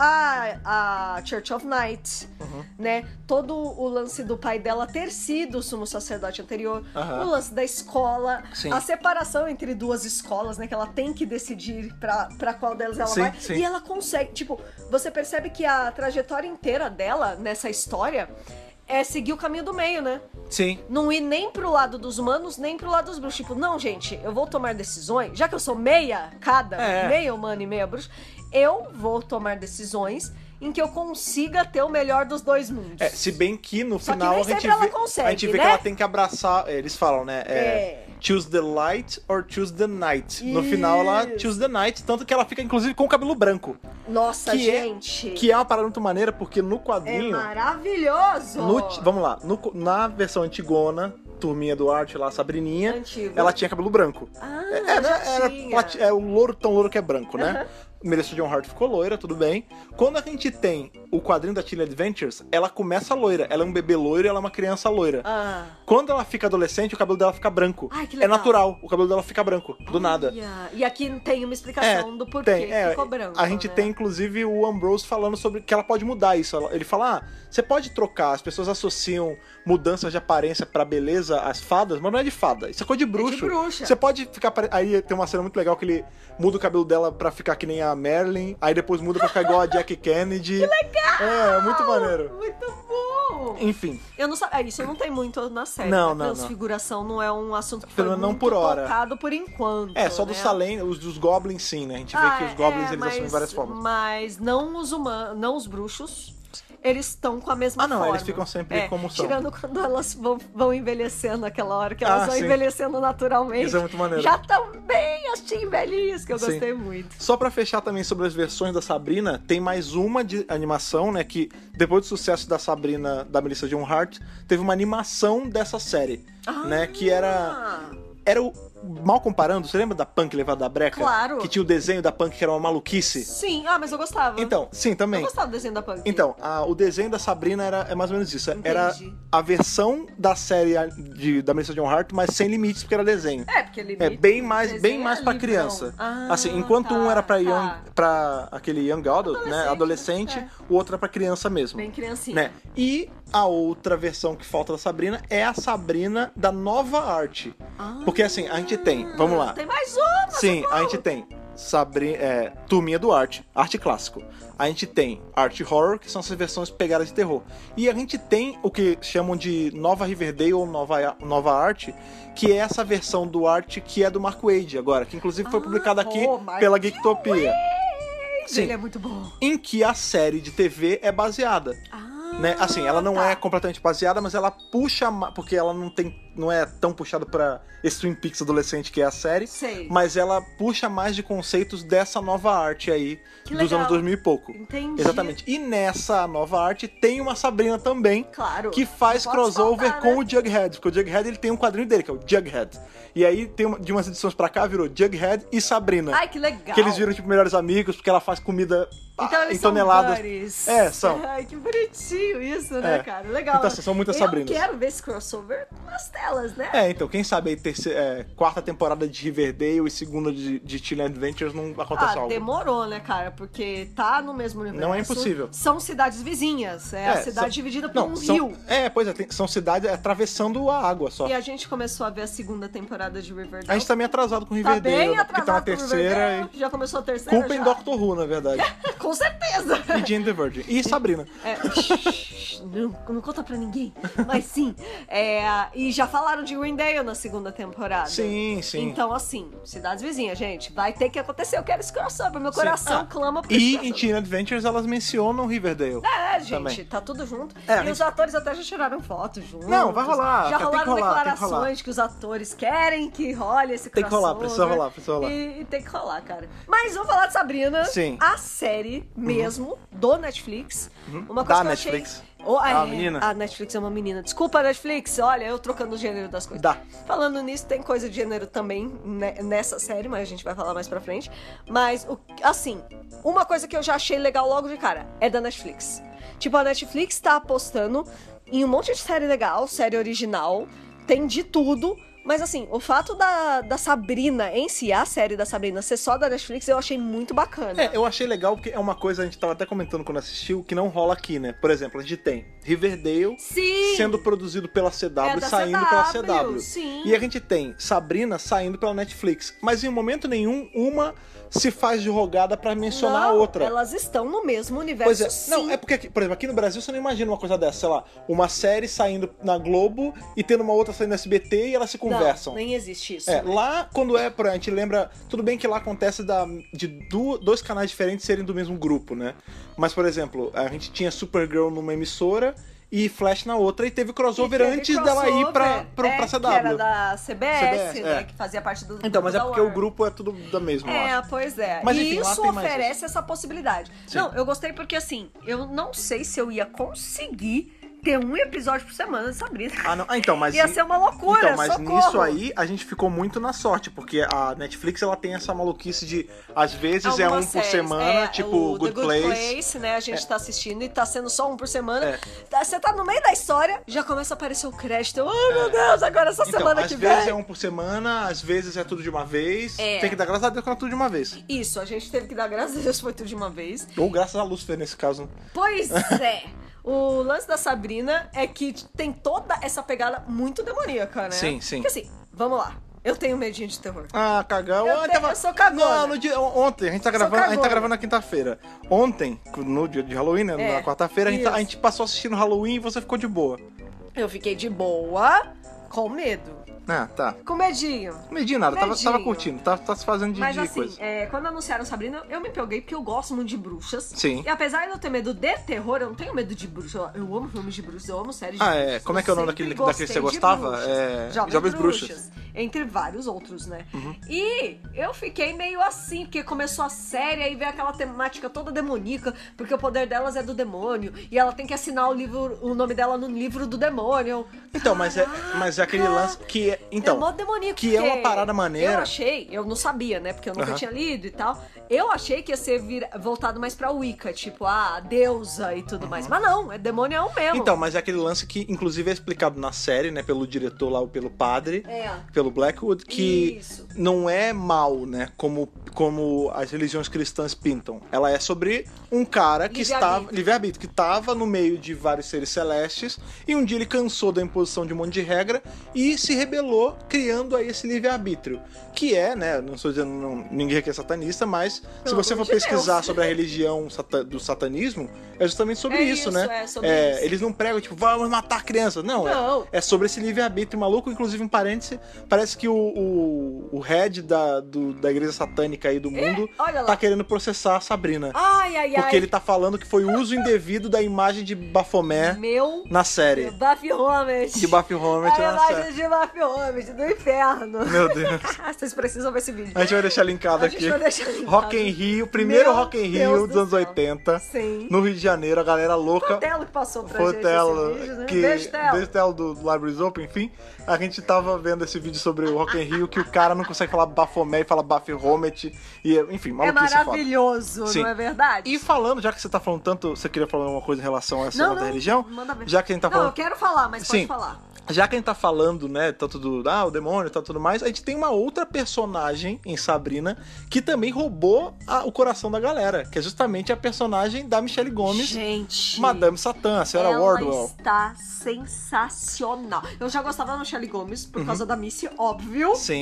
A, a Church of Night, Uhum. né? Todo o lance do pai dela ter sido o sumo sacerdote anterior. Aham. O lance da escola. Sim. A separação entre duas escolas, né? Que ela tem que decidir pra, pra qual delas ela Sim, vai. sim. E ela consegue. Tipo, você percebe que a trajetória inteira dela nessa história é seguir o caminho do meio, né? Sim. Não ir nem pro lado dos humanos, nem pro lado dos bruxos. Tipo, não, gente, eu vou tomar decisões, já que eu sou meia cada, É. meia humana e meia bruxa, eu vou tomar decisões em que eu consiga ter o melhor dos dois mundos. É, se bem que no Só que final nem a gente sempre ela vê, consegue, a gente vê né? que ela tem que abraçar, eles falam, né? É, É. choose the light or choose the night. No final ela Isso. choose the night, tanto que ela fica inclusive com o cabelo branco. Nossa, que é- gente. Que é uma parada muito maneira, porque no É quadrinho. maravilhoso! no ti- vamos lá, no- na versão antigona, turminha do Art lá, Sabrininha, Antigo. ela tinha cabelo branco. Ah, Era, já era tinha. plati- é o louro tão louro que é branco, né? Aham. Melissa Joan Hart ficou loira, tudo bem. Quando a gente tem o quadrinho da Teen Adventures, ela começa loira. Ela é um bebê loiro e ela é uma criança loira. Ah. Quando ela fica adolescente, o cabelo dela fica branco. Ai, que É legal. natural, o cabelo dela fica branco, do nada. Olha, e aqui tem uma explicação do porquê tem, é, ficou branco. A gente né? tem, inclusive, o Ambrose falando sobre que ela pode mudar isso. Ela- Ele fala, ah, você pode trocar, as pessoas associam mudanças de aparência pra beleza às fadas, mas não é de fada, isso é coisa de bruxo. bruxa. Você pode ficar... pare- Aí tem uma cena muito legal que ele muda o cabelo dela pra ficar que nem a Marilyn, aí depois muda pra ficar igual a Jack Kennedy. Que legal! É, muito maneiro. Muito bom! Enfim, Eu não sabia. É, isso não tem muito na série. Não, né? não, não. Transfiguração não é um assunto que Pelo foi menos não muito por hora. tocado por enquanto. é, só né? dos Salem, os dos Goblins sim, né? A gente vê Ah, que os Goblins é, eles mas, assumem várias formas. Mas não os humanos, não os bruxos. Eles estão com a mesma Ah, não, forma. eles ficam sempre É, como são. Tirando quando elas vão, vão envelhecendo aquela hora que elas Ah, vão sim. envelhecendo naturalmente. Isso é muito maneiro. Já estão bem assim, velhinhos, que eu Sim. gostei muito. Só pra fechar também sobre as versões da Sabrina, tem mais uma de animação, né? Que depois do sucesso da Sabrina, da Melissa Joan Hart, teve uma animação dessa série, né? Que era era o mal comparando. Você lembra da Punk levada da breca? Claro. Que tinha o desenho da Punk que era uma maluquice. Sim, ah, mas eu gostava. Então, sim, também. Eu gostava do desenho da Punk. Então, a- o desenho da Sabrina era é mais ou menos isso. Era Entendi. a versão da série de, da Melissa Joan Hart, mas sem limites, porque era desenho. É, porque ele É bem mais, desenho bem é mais pra livrão. criança. Ah, assim, enquanto tá, um era pra, young, tá. pra aquele young adult, né, Adolescente, adolescente, é. o outro era pra criança mesmo. Bem criancinha. Né? E a outra versão que falta da Sabrina é a Sabrina da nova arte. Ah, Porque assim, a gente tem, vamos lá. Tem mais uma! Sim, a gente tem Sabrina, é, Turminha do Arte, arte clássico. A gente tem Arte Horror, que são essas versões pegadas de terror. E a gente tem o que chamam de Nova Riverdale ou Nova, Nova Arte, que é essa versão do Arte que é do Mark Waid agora, que inclusive foi Ah, publicada aqui oh, Mark pela Geektopia. Sim. Ele é muito bom. Em que a série de T V é baseada. Ah, Né? Assim, ela não tá. é completamente baseada, mas ela puxa, ma- porque ela não tem, não é tão puxada pra esse Twin Peaks adolescente que é a série, Sei. mas ela puxa mais de conceitos dessa nova arte aí, Que dos legal. anos dois mil e pouco. Entendi. Exatamente. E nessa nova arte tem uma Sabrina também, Claro. que faz Não pode crossover faltar, com né? o Jughead, porque o Jughead ele tem um quadrinho dele, que é o Jughead. E aí tem uma- de umas edições pra cá virou Jughead e Sabrina. Ai, que legal. Que eles viram tipo melhores amigos, porque ela faz comida Então ah, eles em toneladas. são buddies. É, são. Ai, que bonitinho isso, né, É. cara? Legal. Então, assim, são muitas Eu Sabrinas. quero ver esse crossover nas telas, né? É, então, quem sabe aí terceira, é, quarta temporada de Riverdale e segunda de, de Teen Adventures não acontece Ah, algo. demorou, né, cara? Porque tá no mesmo universo. Não é impossível. São cidades vizinhas. É, a cidade são- dividida por não, um são- rio. É, pois é, tem- são cidades atravessando a água só. E a gente começou a ver a segunda temporada de Riverdale. A gente tá meio atrasado com Tá Riverdale, bem né? Porque tá na atrasado com terceira Riverdale. e... Já começou a terceira Culpa em já? Doctor Who, na verdade. com certeza. E Jane the Virgin. E Sabrina. É, não, não conta pra ninguém. Mas sim. É, e já falaram de Greendale na segunda temporada. Sim, sim. Então, assim, cidades vizinhas, gente, vai ter que acontecer. Eu quero esse crossover. Meu coração Ah, clama por E esse em Teen Adventures elas mencionam Riverdale. É, gente, também. tá tudo junto. É, e a gente- os atores até já tiraram fotos juntos. Não, vai rolar, Já tem que rolaram rolar, tem que declarações rolar. que, os atores querem que role esse Tem que crossover. rolar, precisa rolar, precisa rolar. E, e tem que rolar, cara. Mas vamos falar de Sabrina. Sim. A série mesmo, do Netflix. Uma Da coisa que Netflix. eu achei... Oh, Ah, é, a menina. A Netflix é uma menina. Desculpa, Netflix. Olha, eu trocando o gênero das coisas. Dá. Falando nisso, tem coisa de gênero também né, nessa série, mas a gente vai falar mais pra frente. Mas, o- assim, uma coisa que eu já achei legal logo de cara é da Netflix. Tipo, a Netflix tá apostando em um monte de série legal, série original, tem de tudo. Mas assim, o fato da, da Sabrina em si, a série da Sabrina, ser só da Netflix, eu achei muito bacana. É, eu achei legal porque é uma coisa, a gente tava até comentando quando assistiu, que não rola aqui, né? Por exemplo, a gente tem Riverdale Sim! sendo produzido pela C W É e da saindo C W, pela C W. sim. E a gente tem Sabrina saindo pela Netflix. Mas em momento nenhum, uma se faz de rogada pra mencionar Não, a outra. elas estão no mesmo universo, Pois é, sim. não, é porque, aqui, por exemplo, aqui no Brasil você não imagina uma coisa dessa, sei lá, uma série saindo na Globo e tendo uma outra saindo no S B T e elas se conversam. Não, nem existe isso. É, né? lá quando é, por- a gente lembra, tudo bem que lá acontece da, de du- dois canais diferentes serem do mesmo grupo, né? Mas, por exemplo, a gente tinha Supergirl numa emissora e Flash na outra e teve crossover E teve antes dela ir pra, crossover, pra, é, pra C Que era W. da C B S, C B S, né? é. Que fazia parte do Então, mas é da porque o Warner. grupo é tudo da mesma, eu É, acho. pois é. Mas, e enfim, lá isso tem mais oferece essa possibilidade. Sim. Não, eu gostei porque assim, eu não sei se eu ia conseguir ter um episódio por semana de Sabrina. Ah, não. Ah, então, mas Ia e- ser uma loucura, Então, mas socorro. nisso aí a gente ficou muito na sorte, porque a Netflix ela tem essa maluquice de às vezes é um Algumas por séries, semana, é, tipo o Good The Good Place. Place, né? A gente tá assistindo e tá sendo só um por semana. É. Tá- Você tá no meio da história, já começa a aparecer o crédito. Ai, meu Deus, agora essa Então, semana às que vezes vem. é um por semana, às vezes é tudo de uma vez. É. Tem que dar graças a Deus quando é tudo de uma vez. Isso, a gente teve que dar graças a Deus, foi tudo de uma vez. Ou graças a Lucifer nesse caso. né? Pois é. O lance da Sabrina é que tem toda essa pegada muito demoníaca, né? Sim, sim. Porque assim, vamos lá. Eu tenho medinho de terror. Ah, cagão. Eu Ah, tenho- eu sou cagona. Não, no dia, ontem, a gente tá Sou gravando, a gente tá cagona. gravando na quinta-feira. Ontem, no dia de Halloween, né, É, na quarta-feira, a gente, tá- isso. a gente passou assistindo Halloween e você ficou de boa. Eu fiquei de boa, com medo. Ah, tá. Com medinho. Não medi nada, tava, Medinho. tava curtindo, tá, tá se fazendo de, Mas de assim, coisa. é, quando anunciaram Sabrina, eu me empolguei porque eu gosto muito de bruxas. Sim. E apesar de eu ter medo de terror, eu não tenho medo de bruxas. Eu, eu amo filmes de bruxas, eu amo séries de Ah, bruxas. é. Como é que é o Eu nome sempre daquele- daquele que você gostei de gostava? bruxas. É, Jovens, Jovens bruxas. Bruxas. Entre vários outros, né? Uhum. E eu fiquei meio assim, porque começou a série, aí veio aquela temática toda demoníaca, porque o poder delas é do demônio. E ela tem que assinar o livro, o nome dela no livro do demônio. Então, mas é, mas é aquele Caraca! lance que é. Então, é mó demoníaco, que é uma porque parada maneira. Eu achei, eu não sabia, né? Porque eu nunca Aham. tinha lido e tal. Eu achei que ia ser vir- voltado mais pra Wicca, tipo, a deusa e tudo mais. Mas não, é demonião mesmo. Então, mas é aquele lance que, inclusive, é explicado na série, né, pelo diretor lá, ou pelo padre, É. pelo Blackwood, que Isso. não é mal, né, como, como as religiões cristãs pintam. Ela é sobre um cara que Livre-arbítrio. estava, livre-arbítrio, que estava no meio de vários seres celestes, e um dia ele cansou da imposição de um monte de regra e se rebelou, criando aí esse livre-arbítrio. Que é, né, não estou dizendo, não, ninguém aqui é satanista, mas se Pelo você amor for de pesquisar Deus. sobre a religião sata- do satanismo, é justamente sobre É isso, isso, né? é sobre isso. Eles não pregam, tipo, vamos matar crianças. Não, é- Não. É, sobre esse livre-arbítrio maluco. Inclusive, um parêntese, parece que o, o, o head da, do- da igreja satânica aí do mundo olha lá. tá querendo processar a Sabrina. Ai, ai, ai. Porque ele tá falando que foi uso indevido da imagem de Baphomet Meu na série. Buffy Homet. De Baphomet A na imagem série. de Buffy Homet, do inferno. Meu Deus. Vocês precisam ver esse vídeo. A gente vai deixar linkado A gente aqui. vai deixar linkado. Rock in Rio, primeiro Meu Rock in Deus Rio do dos anos céu. oitenta. Sim. No Rio de Janeiro, a galera louca. Foi o Telo que passou pra Foi o gente Telo, esse vídeo, né? que, Beijo, Telo. desde o Telo do Libraries Open, enfim, a gente tava vendo esse vídeo sobre o Rock in Rio, que o cara não consegue falar Baphomet e fala Baphomet, e enfim, É maluquice foda. maravilhoso, Sim. não é verdade? E falando, já que você tá falando tanto, você queria falar alguma coisa em relação a essa Não, outra não, religião? manda ver. Já que a gente tá Não, falando... eu quero falar, mas Sim. pode falar. Já que a gente tá falando, né, tanto do ah, o demônio e tal, tudo mais, a gente tem uma outra personagem em Sabrina que também roubou a- o coração da galera, que é justamente a personagem da Michelle Gomes, Gente, Madame Satã, a senhora ela Wardwell. está sensacional. Eu já gostava da Michelle Gomes por causa da Missy, óbvio. Sim.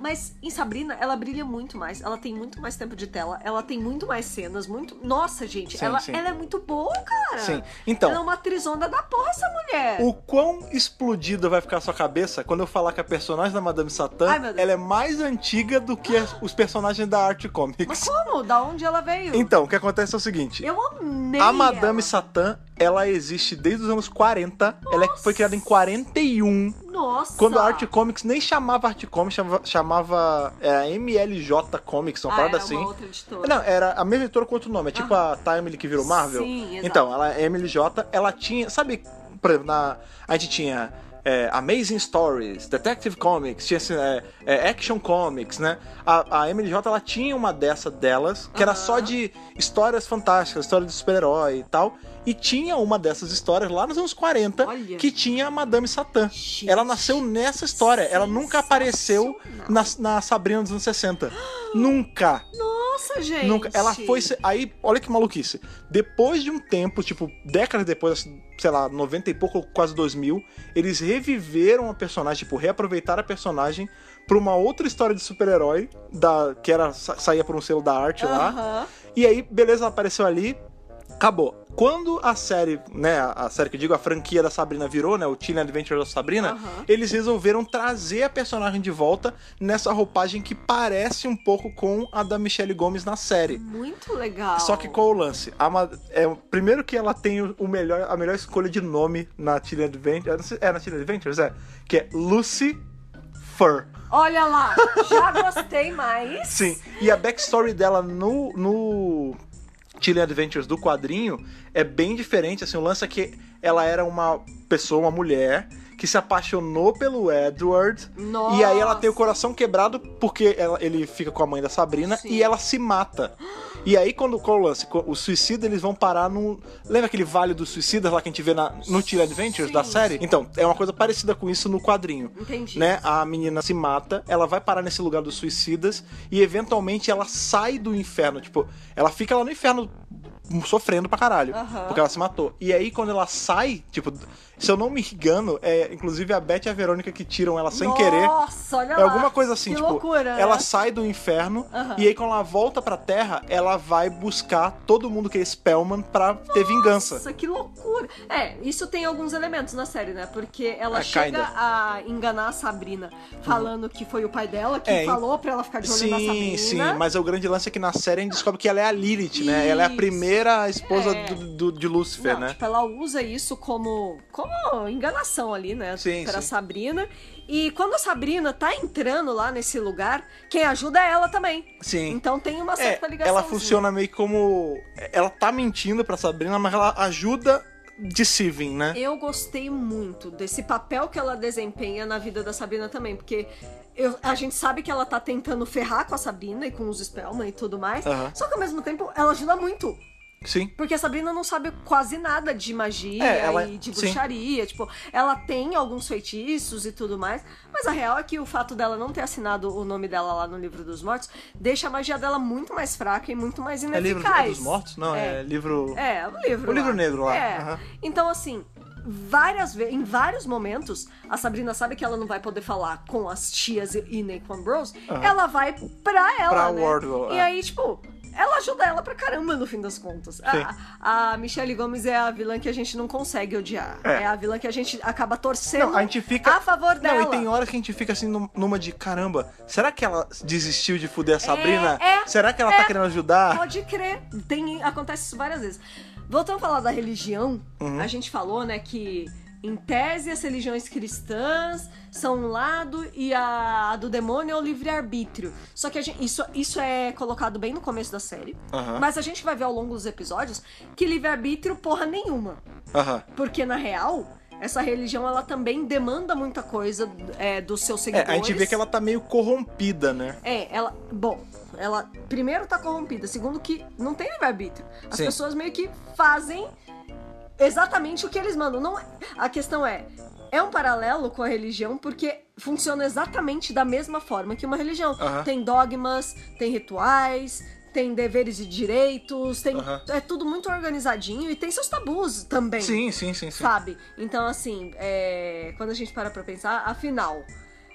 Mas em Sabrina, ela brilha muito mais. Ela tem muito mais tempo de tela. Ela tem muito mais cenas. Muito... Nossa, gente. Sim, ela, sim. ela é muito boa, cara. Sim. Então... Ela é uma atrizonda da porra, essa mulher. O quão explodida vai ficar a sua cabeça quando eu falar que a personagem da Madame Satã, Ai, meu Deus. ela é mais antiga do que as- os personagens da Art Comics. Mas como? Da onde ela veio? Então, o que acontece é o seguinte. Eu amei A Madame ela. Satã, ela existe desde os anos quarenta. Ela é- foi criada em quarenta e um. Nossa. Quando a Art Comics nem chamava Art Comics, chamava, chamava é, M L J Comics, uma ah, parada era assim. uma outra editora. Não, era a mesma editora com outro nome. É tipo a Timely que virou Marvel. Sim, exato. Então, ela é M L J, ela tinha... Sabe, por exemplo, na, a gente tinha... É, Amazing Stories, Detective Comics, tinha assim, é, é, Action Comics, né? A, a M L J, ela tinha uma dessa delas, que era só de histórias fantásticas, história de super-herói e tal. E tinha uma dessas histórias lá nos anos quarenta, Olha. que tinha a Madame Satã. Gente, Ela nasceu nessa história, ela nunca apareceu na, na Sabrina dos anos sessenta. Nunca! Nossa, gente. Nunca. Ela foi. Aí, olha que maluquice. Depois de um tempo, tipo, décadas depois, sei lá, noventa e pouco, quase dois mil, eles reviveram a personagem, tipo, reaproveitaram a personagem pra uma outra história de super-herói, da que era sa- saía por um selo da arte lá. Aham. E aí, beleza, ela apareceu ali. Acabou. Quando a série, né, a a série que eu digo, a franquia da Sabrina virou, né, o Chilling Adventures da Sabrina, Aham. eles resolveram trazer a personagem de volta nessa roupagem que parece um pouco com a da Michelle Gomes na série. Muito legal. Só que qual o lance? A Ma- é, o- primeiro que ela tem o melhor, a melhor escolha de nome na Chilling Adventures, é na Chilling Adventures, é, que é Lucy Fur. Olha lá, já gostei mais. Sim, e a backstory dela no, no Chilling Adventures do quadrinho é bem diferente, assim, o lance é que ela era uma pessoa, uma mulher, que se apaixonou pelo Edward, Nossa. e aí ela tem o coração quebrado porque ela- ele fica com a mãe da Sabrina, Sim. e ela se mata. E aí, quando qual o lance? Os suicidas, eles vão parar no... Lembra aquele Vale dos Suicidas lá que a gente vê na, no Chilling Adventures Sim, da série? sim. Então, é uma coisa parecida com isso no quadrinho. Entendi. Né? A menina se mata, ela vai parar nesse lugar dos suicidas e eventualmente ela sai do inferno. Tipo, ela fica lá no inferno sofrendo pra caralho. Aham. Porque ela se matou. E aí, quando ela sai, tipo, se eu não me engano, é inclusive a Beth e a Verônica que tiram ela sem querer. Nossa, olha É lá. alguma coisa assim, que tipo, loucura, ela né? sai do inferno Aham. e aí quando ela volta pra Terra, ela vai buscar todo mundo que é Spellman pra ter vingança. Nossa, que loucura. É, isso tem alguns elementos na série, né? Porque ela É, chega kinda. a enganar a Sabrina falando que foi o pai dela que É, falou pra ela ficar de olho na Sim, Sabrina. sim, mas o grande lance é que na série a gente descobre que ela é a Lilith, né? Ela é a Isso. primeira esposa É. do, do- de Lúcifer, Não, né? tipo, ela usa isso como, como enganação ali, né? Sim, pra sim. Sabrina. E quando a Sabrina tá entrando lá nesse lugar, quem ajuda é ela também. Sim. Então tem uma É, certa ligação. ela funciona meio como... Ela tá mentindo pra Sabrina, mas ela ajuda deceiving, né? Eu gostei muito desse papel que ela desempenha na vida da Sabrina também, porque eu- a gente sabe que ela tá tentando ferrar com a Sabrina e com os Spellman e tudo mais, Aham. só que ao mesmo tempo ela ajuda muito. Sim. Porque a Sabrina não sabe quase nada de magia É, ela- e de sim. bruxaria. Tipo, ela tem alguns feitiços e tudo mais. Mas a real é que o fato dela não ter assinado o nome dela lá no Livro dos Mortos deixa a magia dela muito mais fraca e muito mais É ineficaz. livro é dos mortos? Não, é, livro... É, o livro. O livro negro lá. É. Aham. Então, assim, várias vezes, em vários momentos, a Sabrina sabe que ela não vai poder falar com as tias e nem com a Ambrose. Aham. Ela vai pra ela, Pra né? Wardlow, E é. aí, tipo, ela ajuda ela pra caramba no fim das contas. A, a Michelle Gomes é a vilã que a gente não consegue odiar. É. É, a vilã que a gente acaba torcendo Não, a gente fica... a favor dela. Não, e tem horas que a gente fica assim num- numa de caramba, será que ela desistiu de fuder a Sabrina? é, será que ela é. tá querendo ajudar? Pode crer. Tem, acontece isso várias vezes. Voltando a falar da religião, Uhum. a gente falou, né, que em tese as religiões cristãs são um lado e a, a do demônio é o livre-arbítrio. Só que a gente- isso, isso é colocado bem no começo da série. Aham. Mas a gente vai ver ao longo dos episódios que livre-arbítrio porra nenhuma. Aham. Porque, na real, essa religião ela também demanda muita coisa é, dos seus É, seguidores. a gente vê que ela tá meio corrompida, né? É, ela. Bom, ela primeiro tá corrompida, segundo que não tem livre-arbítrio. As Sim. pessoas meio que fazem exatamente o que eles mandam. Não é- A questão é. É um paralelo com a religião porque funciona exatamente da mesma forma que uma religião. Aham. Tem dogmas, tem rituais, tem deveres e direitos, tem, Aham. é tudo muito organizadinho e tem seus tabus também. Sim, sim, sim, sim. Sabe? Então, assim, é, quando a gente para pra pensar, afinal,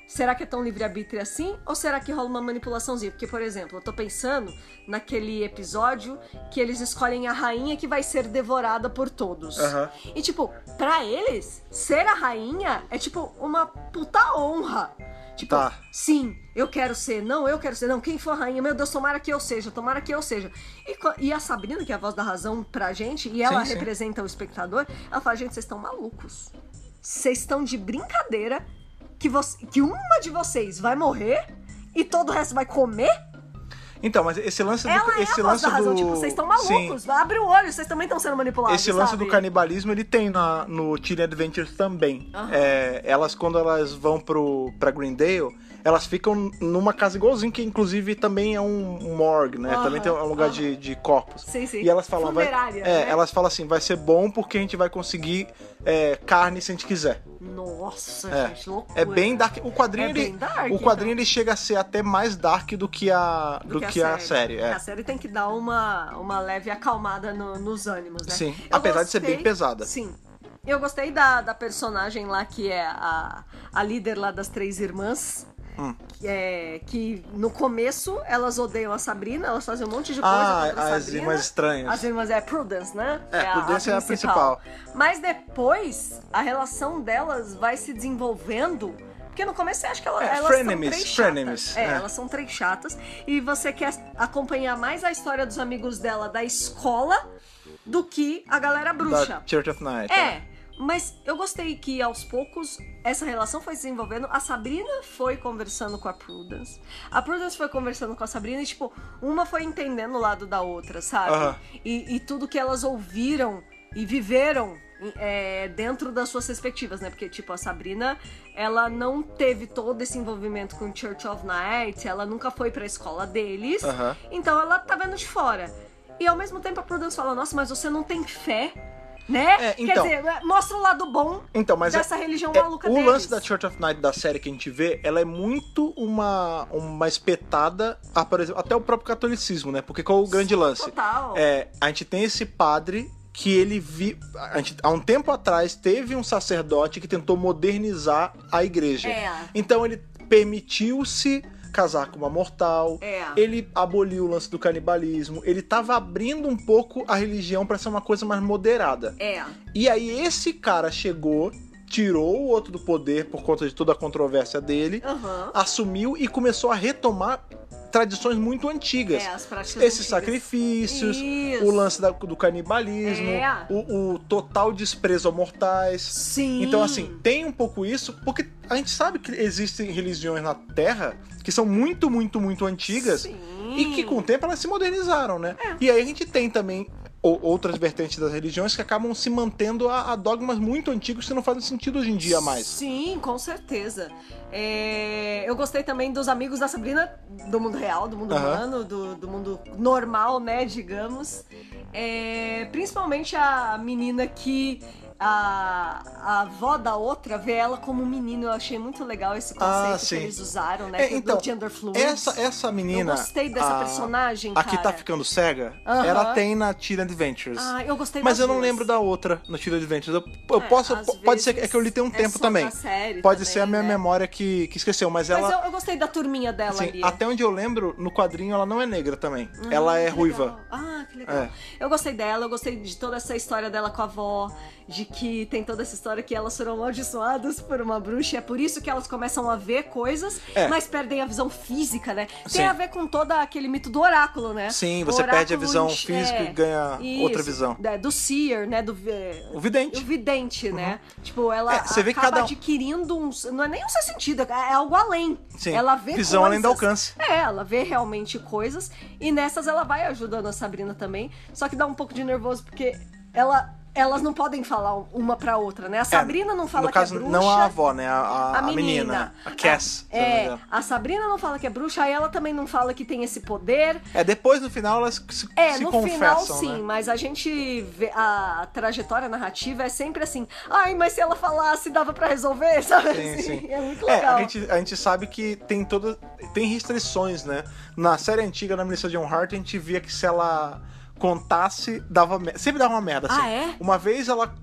será que é tão livre-arbítrio assim? Ou será que rola uma manipulaçãozinha? Porque, por exemplo, eu tô pensando naquele episódio que eles escolhem a rainha que vai ser devorada por todos. Uhum. E, tipo, pra eles, ser a rainha é, tipo, uma puta honra. Tipo, tá. sim, eu quero ser, não, eu quero ser, não, quem for a rainha, meu Deus, tomara que eu seja, tomara que eu seja. E, e a Sabrina, que é a voz da razão pra gente, e ela sim, representa sim. o espectador, ela fala, gente, vocês estão malucos. Vocês estão de brincadeira que, você, que uma de vocês vai morrer e todo o resto vai comer? Então, mas esse lance do... Ela esse é a voz lance da razão, do... tipo, vocês estão malucos, Sim. abre o olho, vocês também estão sendo manipulados, Esse lance sabe? do canibalismo, ele tem na, no Teen Adventures também. Uhum. É, elas, quando elas vão pro, pra Greendale, elas ficam numa casa igualzinho, que inclusive também é um morgue, né? Uhum. Também tem um lugar Uhum. de, de corpos. Sim, sim. E elas falam... Vai, Funerária, é, né? elas falam assim, vai ser bom porque a gente vai conseguir é, carne se a gente quiser. Nossa, É. gente, loucura. É bem dark. O quadrinho, É ele, bem dark, o quadrinho então. ele chega a ser até mais dark do que a, do, que, a série. é. A série tem que dar uma, uma leve acalmada no- nos ânimos, né? Sim, Eu apesar de ser bem pesada. Sim. Eu gostei da, da personagem lá, que é a, a líder lá das três irmãs. Hum. Que, é, que no começo elas odeiam a Sabrina, elas fazem um monte de coisa Ah, contra a as Sabrina. irmãs estranhas. As irmãs é Prudence, né? É, Prudence é a principal. Mas depois, a relação delas vai se desenvolvendo. Porque no começo você acha que ela, É, elas frenemies, são três chatas. frenemies, É, é. elas são três chatas. E você quer acompanhar mais a história dos amigos dela da escola do que a galera bruxa. Da Church of Night. É, mas eu gostei que aos poucos essa relação foi se desenvolvendo. A Sabrina foi conversando com a Prudence. A Prudence foi conversando com a Sabrina e, tipo, uma foi entendendo o lado da outra, sabe? Aham. E, e tudo que elas ouviram e viveram é, dentro das suas respectivas, né? Porque, tipo, a Sabrina, ela não teve todo esse envolvimento com Church of Night, ela nunca foi pra escola deles, Aham. então ela tá vendo de fora. E ao mesmo tempo a Prudence fala, nossa, mas você não tem fé, né? É, então- Quer dizer, mostra o lado bom Então, mas dessa é- religião é, maluca o deles. lance da Church of Night da série que a gente vê, ela é muito uma, uma espetada a, por exemplo, até o próprio catolicismo, né? Porque qual é o grande lance? Total. É, a gente tem esse padre que ele vi, a gente, há um tempo atrás teve um sacerdote que tentou modernizar a igreja. É. Então ele permitiu-se casar com uma mortal. É. Ele aboliu o lance do canibalismo. Ele tava abrindo um pouco a religião pra ser uma coisa mais moderada. É. E aí esse cara chegou, tirou o outro do poder por conta de toda a controvérsia dele, Aham. assumiu e começou a retomar tradições muito antigas. É, as práticas Esses antigas. sacrifícios, Isso. o lance da- do canibalismo, É. o, o total desprezo a mortais. Sim. Então, assim, tem um pouco isso, porque a gente sabe que existem religiões na Terra que são muito, muito, muito antigas Sim. e que com o tempo elas se modernizaram, né? E aí a gente tem também o- outras vertentes das religiões que acabam se mantendo a, a dogmas muito antigos que não fazem sentido hoje em dia mais. Sim, com certeza. É, eu gostei também dos amigos da Sabrina, do mundo real, do mundo Aham. humano, do, do mundo normal, né, digamos. É, principalmente a menina que a, a avó da outra vê ela como um menino. Eu achei muito legal esse conceito Ah, que sim. eles usaram, né, É, que é então, do gender fluid. Essa, essa menina. Eu gostei dessa a- personagem, A que tá cara. ficando cega, Aham. ela tem na Teen Adventures. Ah, eu gostei Mas das eu não duas. lembro da outra no Teen Adventures. Eu, eu É, posso. às Pode ser que- é vezes que eu li tem um é tempo só também. da série Pode também, ser a minha né? memória que, que esqueceu, mas ela. Mas eu, eu gostei da turminha dela assim, ali. até onde eu lembro, no quadrinho ela não é negra também. Ah, ela é que ruiva. legal. Ah, que legal. É. Eu gostei dela, eu gostei de toda essa história dela com a avó, de que tem toda essa história que elas foram amaldiçoadas por uma bruxa, e é por isso que elas começam a ver coisas, É. mas perdem a visão física, né? Sim. Tem a ver com todo aquele mito do oráculo, né? Sim, O você perde a oráculo visão enx- física e ganha outra visão. é, do seer, né? Do ve- O vidente. o vidente, né? Tipo, ela É, você vê que acaba cada um- adquirindo um... Não é nem um sexto sentido, é algo além. Sim, Ela vê visão coisas. além do alcance. É, ela vê realmente coisas e nessas ela vai ajudando a Sabrina também. Só que dá um pouco de nervoso porque ela, elas não podem falar uma pra outra, né? A Sabrina não fala no caso, que é bruxa. não a avó, né? A, a, A menina. menina. A Cass. se eu não me É, engano. a Sabrina não fala que é bruxa, aí ela também não fala que tem esse poder. É, depois no final elas se, É, se no confessam, final sim, né? mas a gente vê a trajetória narrativa é sempre assim. Ai, mas se ela falasse, dava pra resolver, sabe? Sim, assim? sim. É muito É, legal. a gente, a gente sabe que tem toda, tem restrições, né? Na série antiga, na Melissa John Hart, a gente via que se ela contasse, dava me- sempre dava uma merda. Assim. Ah, é? Uma vez ela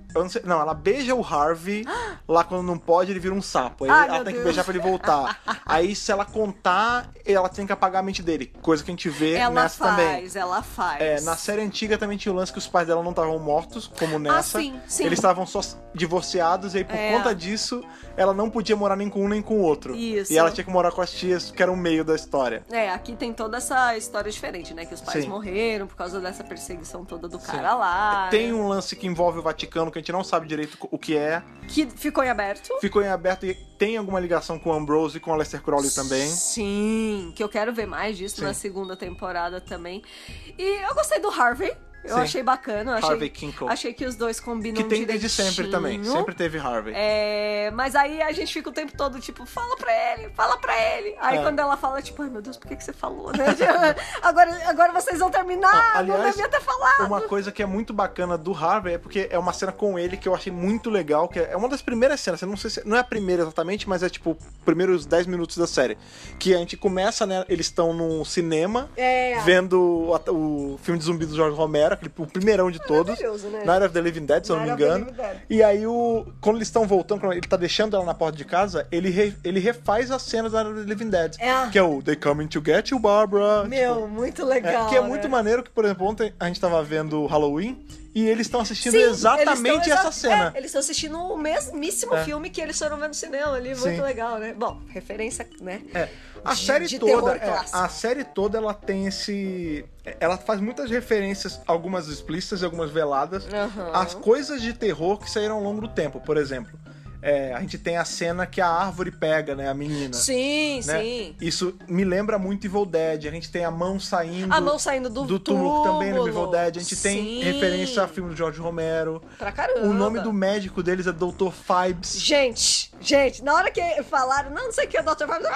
Eu não, sei, não, ela beija o Harvey, lá quando não pode, ele vira um sapo. Aí Ai, ela meu tem Deus. que beijar pra ele voltar. Aí, se ela contar, ela tem que apagar a mente dele. Coisa que a gente vê Ela nessa faz, também. ela faz. É, na série antiga também tinha o lance que os pais dela não estavam mortos, como nessa. Ah, sim, sim. Eles estavam só divorciados, e aí por É. conta disso, ela não podia morar nem com um nem com o outro. Isso. E ela tinha que morar com as tias, que era o meio da história. É, aqui tem toda essa história diferente, né? Que os pais Sim. morreram por causa dessa perseguição toda do cara Sim. lá. Tem né? um lance que envolve o Vaticano, que a gente não sabe direito o que é. Que ficou em aberto. Ficou em aberto e tem alguma ligação com o Ambrose e com o Aleister Crowley também. Sim, que eu quero ver mais disso Sim. na segunda temporada também. E eu gostei do Harvey. Eu Sim. achei bacana. Eu achei, Harvey Kinkle. Achei que os dois combinam Que tem direitinho. desde sempre também. Sempre teve Harvey. É, mas aí a gente fica o tempo todo, tipo, fala pra ele, fala pra ele. Aí É. quando ela fala, tipo, ai meu Deus, por que, que você falou, né? agora, agora vocês vão terminar, Ah, não aliás, devia ter falado. Uma coisa que é muito bacana do Harvey é porque é uma cena com ele que eu achei muito legal, que é uma das primeiras cenas, eu não sei se não é a primeira exatamente, mas é tipo primeiros dez minutos da série, que a gente começa, né, eles estão num cinema É. vendo o, o filme de zumbi do Jorge Romero, aquele, o primeirão de todos, Maravilhoso, né? Night of the Living Dead, se eu não me Night of the engano. Living Dead. E aí o quando eles estão voltando, quando ele tá deixando ela na porta de casa, ele re- ele refaz as cenas do Night of the Living Dead, É. que é o They Coming to Get You, Barbara. Meu, tipo, muito é, legal. que é né? muito maneiro que, por exemplo, ontem a gente tava vendo Halloween e eles estão assistindo Sim, exatamente eles tão essa exa- cena. É, eles estão assistindo o mesmíssimo É. filme que eles foram ver no cinema ali, muito Sim. legal, né? Bom, referência, né? É. A De- série de toda, terror é, clássico. a série toda ela tem esse, ela faz muitas referências, algumas explícitas e algumas veladas, Aham. às coisas de terror que saíram ao longo do tempo. Por exemplo, é, a gente tem a cena que a árvore pega, né, a menina. Sim, Né? sim. Isso me lembra muito Evil Dead. A gente tem a mão saindo. A mão saindo do do túmulo, que também no túmulo. Evil Dead. A gente tem Sim. referência a filme do George Romero. Pra caramba. O nome do médico deles é doutor Fibes. Gente, gente, na hora que falaram, não, não sei o que, o doutor Fábio...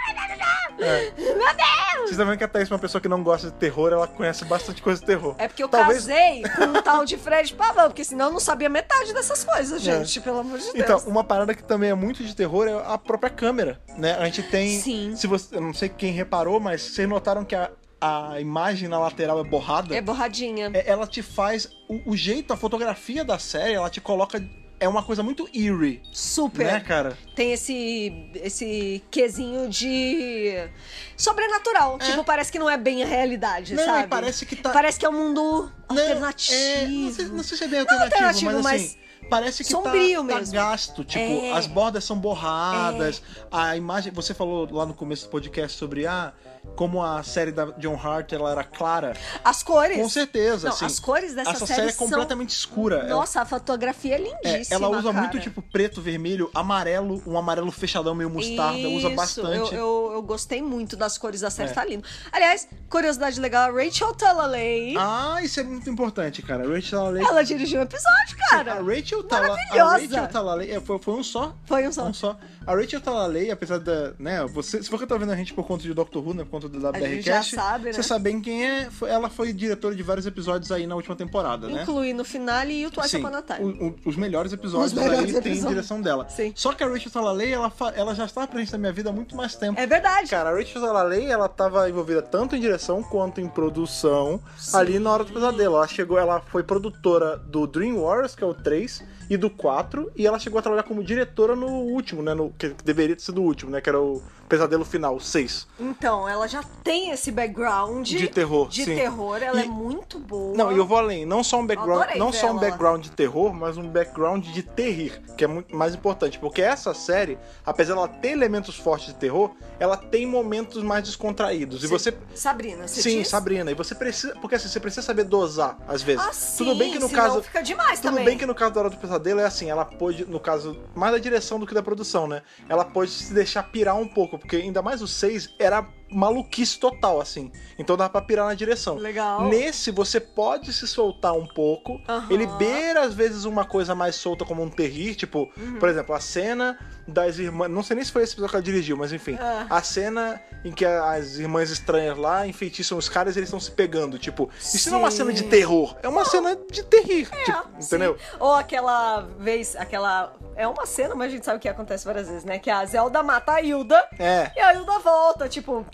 É. Meu Deus! Vocês estão vendo que a Thaís é uma pessoa que não gosta de terror, ela conhece bastante coisa de terror. É porque eu Talvez... casei com um tal de Fred Pavão, porque senão eu não sabia metade dessas coisas, gente, pelo amor de Deus. Então, uma parada que também é muito de terror é a própria câmera, né? A gente tem... Sim. Se você... Eu não sei quem reparou, mas vocês notaram que a, a imagem na lateral é borrada? É borradinha. É, ela te faz... O, o jeito, a fotografia da série, ela te coloca... É uma coisa muito eerie, Super. né, cara? Tem esse esse quesinho de sobrenatural. É. Tipo, parece que não é bem a realidade, Não, sabe? e parece que tá... Parece que é um mundo Não, alternativo. é, não, sei, não sei se é bem Não alternativo, alternativo, mas assim... Parece que sombrio tá, tá mesmo. gasto, tipo, É. as bordas são borradas, a imagem... Você falou lá no começo do podcast sobre, ah, como a série da John Hart, ela era clara. As cores. Com certeza, Não, assim. as cores dessa Essa série série é são- completamente escura. Ela- Nossa, a fotografia é É, lindíssima, ela usa cara. muito, tipo, preto, vermelho, amarelo, um amarelo fechadão, meio mostarda, usa Isso, bastante. Eu, eu, eu gostei muito das cores da série, É. tá lindo. Aliás, curiosidade legal, a Rachel Talalay, Ah, isso é muito importante, cara. A Rachel Talalay... ela dirigiu um episódio, cara. A Rachel, Tala... a Maravilhosa. Rachel Talalay... é, foi, foi um só. Foi um só. Um só. A Rachel Talalay, apesar da... Né, você, se for que tá vendo a gente por conta de Doctor Who, né, por conta do A gente já WRCast, sabe, né? você sabe bem quem é. Foi- ela foi diretora de vários episódios aí na última temporada, né? Incluindo o finale e o Twice Sim, Upon a Time. o- o- os melhores episódios Os melhores aí tem episódios. direção dela. Sim. Só que a Rachel Talalay, ela, fa- ela já estava presente na minha vida há muito mais tempo. É verdade. Cara, a Rachel Talalay, ela estava envolvida tanto em direção quanto em produção ali na Hora do Pesadelo. Ela chegou, ela foi produtora do Dream Warriors, que é o três, e do quatro, e ela chegou a trabalhar como diretora no último, né? No, que deveria ter sido o último, né? Que era o Pesadelo Final, seis. Então, ela já tem esse background De terror, de sim. terror, ela E- é muito boa. Não, e eu vou além. Não só um background, Adorei não ver só um ela. background de terror, mas um background de terrir, que é muito mais importante. Porque essa série, apesar dela ter elementos fortes de terror, ela tem momentos mais descontraídos. E Cê- você... Sabrina, você Sim, diz? Sabrina. E você precisa... Porque assim, você precisa saber dosar, às vezes. Ah, sim, Tudo bem que no senão caso... fica demais Tudo também. bem que no caso da Hora do Pesadelo é assim, ela pôde, no caso, mais da direção do que da produção, né? Ela pôde se deixar pirar um pouco, porque ainda mais o seis era maluquice total, assim. Então dava pra pirar na direção. Legal. Nesse, você pode se soltar um pouco. Aham. Ele beira, às vezes, uma coisa mais solta como um terrir, tipo, Uhum. por exemplo, a cena das irmãs... Não sei nem se foi esse episódio que ela dirigiu, mas enfim. Ah. A cena em que as irmãs estranhas lá enfeitiçam os caras e eles estão se pegando. Tipo, isso não é uma Sim. cena de terror, é uma cena de terrir. É, tipo, entendeu? sim. Ou aquela vez, aquela... É uma cena, mas a gente sabe o que acontece várias vezes, né? Que a Zelda mata a Hilda É. e a Hilda volta, tipo,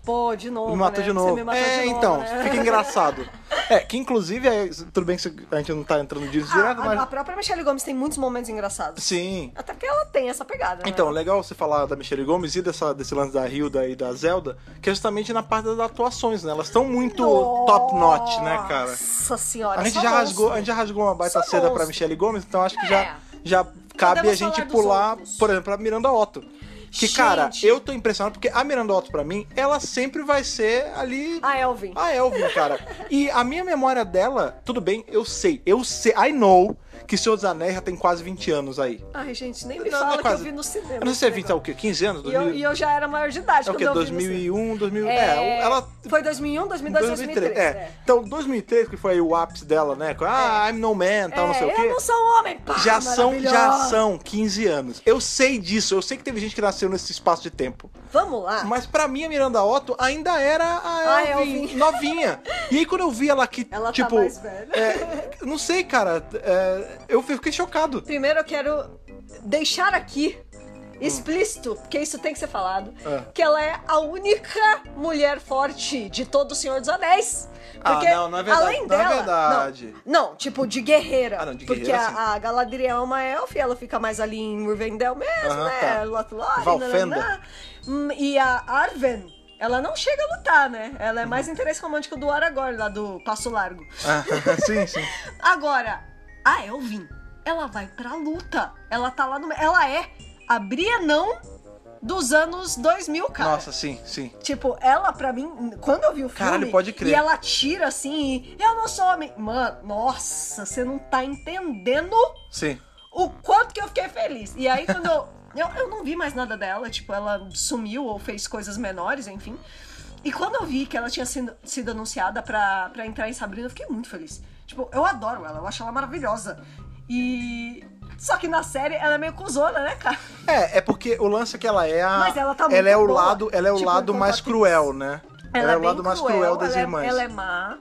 Pô, de novo, Me matou né? de novo. Você me matou É, de novo, então, né? fica engraçado. É, que inclusive, é, tudo bem que a gente não tá entrando disso Ah, direto, a, mas... a própria Michelle Gomes tem muitos momentos engraçados. Sim. Até porque ela tem essa pegada, Então, né? legal você falar da Michelle Gomes e dessa, desse lance da Hilda e da Zelda, que é justamente na parte das atuações, né? Elas estão muito top-notch, né, cara? Nossa senhora, A gente, só já monstro. rasgou, a gente já rasgou uma baita Só seda pra monstro. Michelle Gomes, então acho que É. já, já cabe Podemos a gente falar dos pular, outros. por exemplo, pra Miranda Otto. Que, Gente. cara, eu tô impressionado porque a Miranda Otto, pra mim, ela sempre vai ser ali... A Elvin. A Elvin, cara. E a minha memória dela, tudo bem, eu sei, eu sei, I know que Senhor dos Anéis já tem quase vinte anos aí. Ai, gente, nem me Não, fala não é que quase. eu vi no cinema. Eu não sei se é esse vinte, é o negócio. quê? quinze anos? E eu, e eu já era maior de idade É o quando quê? eu vi no dois mil e um, cinema. dois mil... É, É, ela... Foi dois mil e um, dois mil e dois, dois mil e três. É. É. Então, dois mil e três, que foi aí o ápice dela, né? Com, Ah, I'm no man, tal, não sei É, o quê. eu não sou um homem, pá, Já são, já maravilhosa. são quinze anos. Eu sei disso, eu sei que teve gente que nasceu nesse espaço de tempo. Vamos lá. Mas pra mim, a Miranda Otto ainda era a A Elvin, Elvin. novinha. E aí, quando eu vi ela aqui, Ela tá tipo... mais velha. é, não sei, cara. é, eu fiquei chocado. Primeiro eu quero deixar aqui explícito, porque isso tem que ser falado, É. que ela é a única mulher forte de todo o Senhor dos Anéis. Ah, Porque, não, não é verdade, além não é dela, verdade. Não, não, tipo, de guerreira. Ah, não, de porque guerreira, a, sim. a Galadriel é uma elfa e ela fica mais ali em Rivendell mesmo, Aham, né? tá. Lothlórien, Valfenda. nananã. Hum, E a Arwen, ela não chega a lutar, né? Ela é mais Uhum. interesse romântico do Aragorn, lá do Passo Largo. Ah, sim, sim. Agora, a Elvin, ela vai pra luta. Ela tá lá no... Ela é a Brianão dos anos dois mil, cara. Nossa, sim, sim. Tipo, ela pra mim, quando eu vi o filme... Caralho, pode crer. E ela tira assim, e eu não sou homem. Mano, nossa, você não tá entendendo Sim. o quanto que eu fiquei feliz. E aí, quando eu, eu... Eu não vi mais nada dela, tipo, ela sumiu ou fez coisas menores, enfim. E quando eu vi que ela tinha sido, sido anunciada pra, pra entrar em Sabrina, eu fiquei muito feliz. Tipo, eu adoro ela, eu acho ela maravilhosa. E... Só que na série ela é meio cuzona, né, cara? É, é porque o lance é que ela é a. Mas ela tá ela é muito o boa. lado, ela é o Tipo, lado enquanto mais atriz. cruel, né? Ela é é o bem lado mais cruel, cruel das ela irmãs. É, ela é má.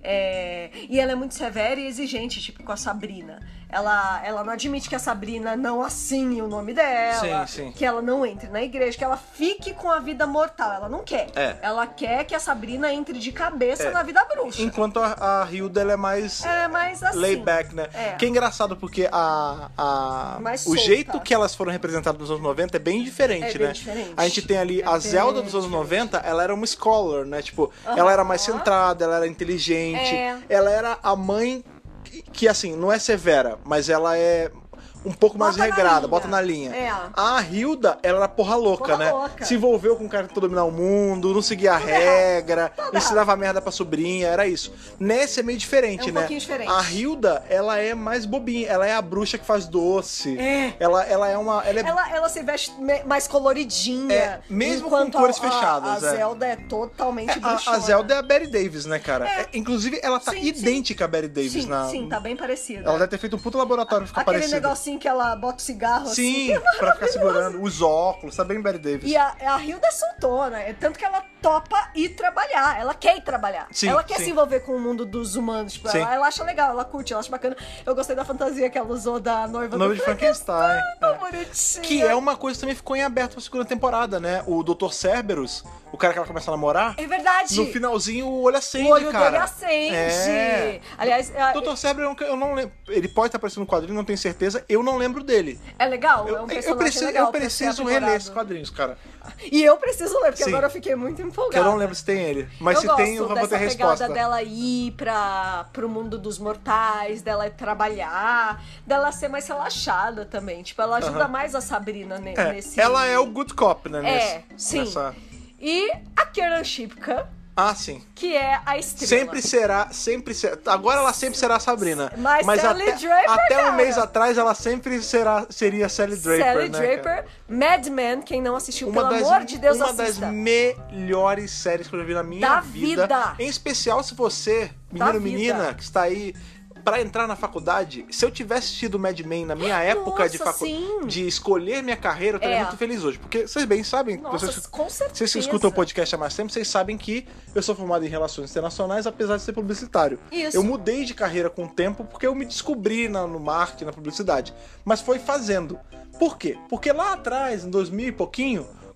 É, e ela é muito severa e exigente, tipo, com a Sabrina. Ela, ela não admite que a Sabrina não assine o nome dela, Sim, sim. que ela não entre na igreja, que ela fique com a vida mortal. Ela não quer. É. Ela quer que a Sabrina entre de cabeça É. na vida bruxa. Enquanto a, a Hilda ela é mais É mais assim. laid back, né? É. Que é engraçado porque a, a Mais o solta. jeito que elas foram representadas nos anos noventa é bem diferente, É bem né? diferente. A gente tem ali É a bem Zelda dos anos diferente. noventa, ela era uma scholar, né? Tipo, Aham. ela era mais centrada, ela era inteligente, É. ela era a mãe que, que, assim, não é severa, mas ela é um pouco mais Bota na regrada, linha. bota na linha. É. A Hilda, ela era porra louca, Porra né? louca. Se envolveu com o cara que tentou dominar o mundo, não seguia a regra, ensinava merda pra sobrinha, era isso. Nessa é meio diferente, É um né? pouquinho diferente. A Hilda, ela é mais bobinha, ela é a bruxa que faz doce. É. Ela, ela é uma... Ela é Ela, ela se veste me- mais coloridinha. É, mesmo enquanto com cores a- fechadas, A, é. a Zelda é totalmente É, a, bruxona. a Zelda é a Betty Davis, né, cara? É. É, inclusive, ela tá Sim, idêntica à Betty Davis. Sim, na... sim, tá bem parecida. Ela deve ter feito um puto laboratório pra ficar Aquele parecida. negocinho que ela bota o cigarro Sim, assim. pra ficar segurando. Os óculos, tá bem Betty Davis. E a, a Hilda é soltona, é tanto que ela topa ir trabalhar. Ela quer ir trabalhar. Sim, ela quer sim. se envolver com o mundo dos humanos. Tipo, Sim. ela, ela acha legal, ela curte, ela acha bacana. Eu gostei da fantasia que ela usou da noiva Noiva do de Frankenstein. Tão É. bonitinha. Que é uma coisa que também ficou em aberto pra segunda temporada, né? O doutor Cerberus, o cara que ela começa a namorar, É verdade. no finalzinho o olho acende, o olho cara. dele acende. É. Aliás, é, O doutor Cerberus, eu não lembro. Ele pode estar aparecendo no quadrinho, não tenho certeza. Eu não lembro dele. é legal, Eu, é um eu personagem preciso, legal eu pra ser preciso aprimorado. reler esses quadrinhos, cara. E eu preciso ler, porque Sim. agora eu fiquei muito Que empolgada. eu não lembro se tem ele. Mas eu se gosto tem, eu vou dessa ter a pegada resposta. dela ir pra, pro mundo dos mortais, dela ir trabalhar, dela ser mais relaxada também. Tipo, ela ajuda Aham. mais a Sabrina ne- É, nesse... ela é o good cop, né? É, nesse- sim. nessa- E a Kieran Shipka, Ah, sim. que é a estrela. Sempre será, sempre será. Agora ela sempre será a Sabrina. Mas Sally até, Draper, até um cara. mês atrás ela sempre será, seria Sally Draper, Sally né, Draper, cara? Mad Men, quem não assistiu, Uma pelo das, amor de Deus, uma das assista. melhores séries que eu já vi na minha Da vida. vida. Em especial se você, Da menino menina, vida. que está aí pra entrar na faculdade. Se eu tivesse assistido Mad Men na minha época de, Nossa, facu... sim. de escolher minha carreira, eu estaria É. muito feliz hoje. Porque vocês bem sabem, Nossa, vocês, com certeza. vocês que escutam o podcast há mais tempo, vocês sabem que eu sou formado em Relações Internacionais, apesar de ser publicitário. Isso. Eu mudei de carreira com o tempo porque eu me descobri na- no marketing, na publicidade. Mas foi fazendo. Por quê? Porque lá atrás, em dois mil e pouquinho,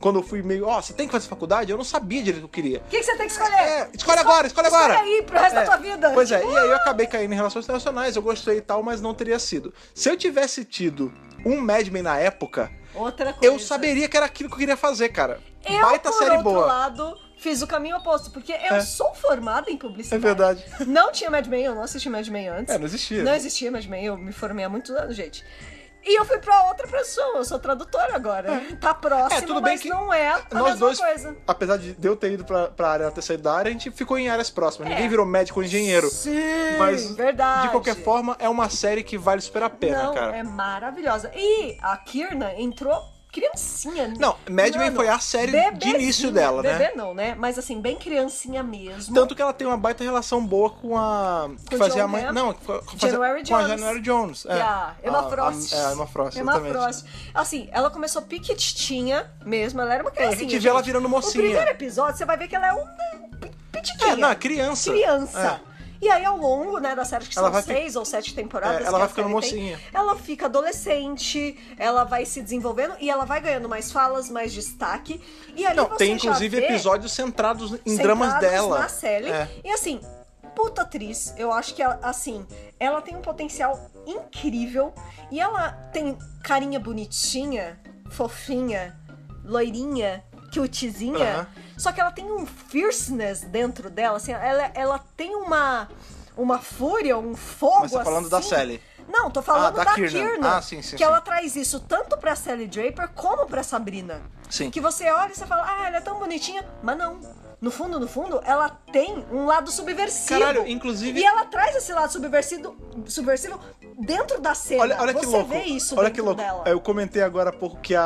quando eu fui meio, ó, oh, você tem que fazer faculdade, eu não sabia direito o que eu queria. O que, que você tem que escolher? É, escolhe agora, escolhe agora. Escolhe aí pro resto é. da tua vida. Pois é, e aí eu acabei caindo em relações internacionais, eu gostei e tal, mas não teria sido. Se eu tivesse tido um Mad Men na época, Outra coisa. eu saberia que era aquilo que eu queria fazer, cara. Eu, Baita por série outro boa. lado, fiz o caminho oposto, porque eu É. sou formada em publicidade. É verdade. Não tinha Mad Men, eu não assisti Mad Men antes. É, não existia. Não existia Mad Men, eu me formei há muitos anos, gente. E eu fui pra outra pessoa, eu sou tradutora agora. É. Tá próximo, É, tudo mas bem que não é a Nós mesma dois, coisa. apesar de eu ter ido pra, pra área, ter saído da área, a gente ficou em áreas próximas. É. Ninguém virou médico ou engenheiro. Sim, Mas, verdade. de qualquer forma, é uma série que vale super a pena, Não, cara. é maravilhosa. E a Kierna entrou criancinha. Não, Mad Men Mano, foi a série de bebezinha. início dela, né? Bebê não, né? Mas assim, bem criancinha mesmo. Tanto que ela tem uma baita relação boa com a... que Com fazia John a mãe... Hamm. Não, que fa- fazia... January com a Jones. January Jones. É. E a Emma A- Frost. A, é, a Emma Frost, Emma exatamente. Frost. Assim, ela começou piquititinha mesmo, ela era uma criancinha. a gente vê ela virando mocinha. O primeiro episódio, você vai ver que ela é uma pitiquinha. É, não, é criança. Criança. É. E aí, ao longo, né, da série, acho que Ela são vai fi- seis ou sete temporadas. É, ela que vai a ficando série tem, mocinha. ela fica adolescente, ela vai se desenvolvendo e ela vai ganhando mais falas, mais destaque. E ali Não, você tem já inclusive vê episódios centrados em centrados dramas dela. na Sally. É. E assim, puta atriz, eu acho que ela, assim, ela tem um potencial incrível e ela tem carinha bonitinha, fofinha, loirinha, cutezinha. Aham. Só que ela tem um fierceness dentro dela, assim, ela, ela tem uma uma fúria, um fogo. Mas tá falando assim. da Sally. Não, tô falando Ah, da da, Kiernan. Kiernan. Ah, sim, sim, que sim. ela traz isso tanto pra Sally Draper como pra Sabrina. Sim. Que você olha e você fala, ah, ela é tão bonitinha, mas não. No fundo, no fundo, ela tem um lado subversivo. Caralho, inclusive- E ela traz esse lado subversivo, subversivo dentro da cena. Olha, olha que você louco. vê isso olha dentro que louco. dela. Eu comentei agora há pouco que a,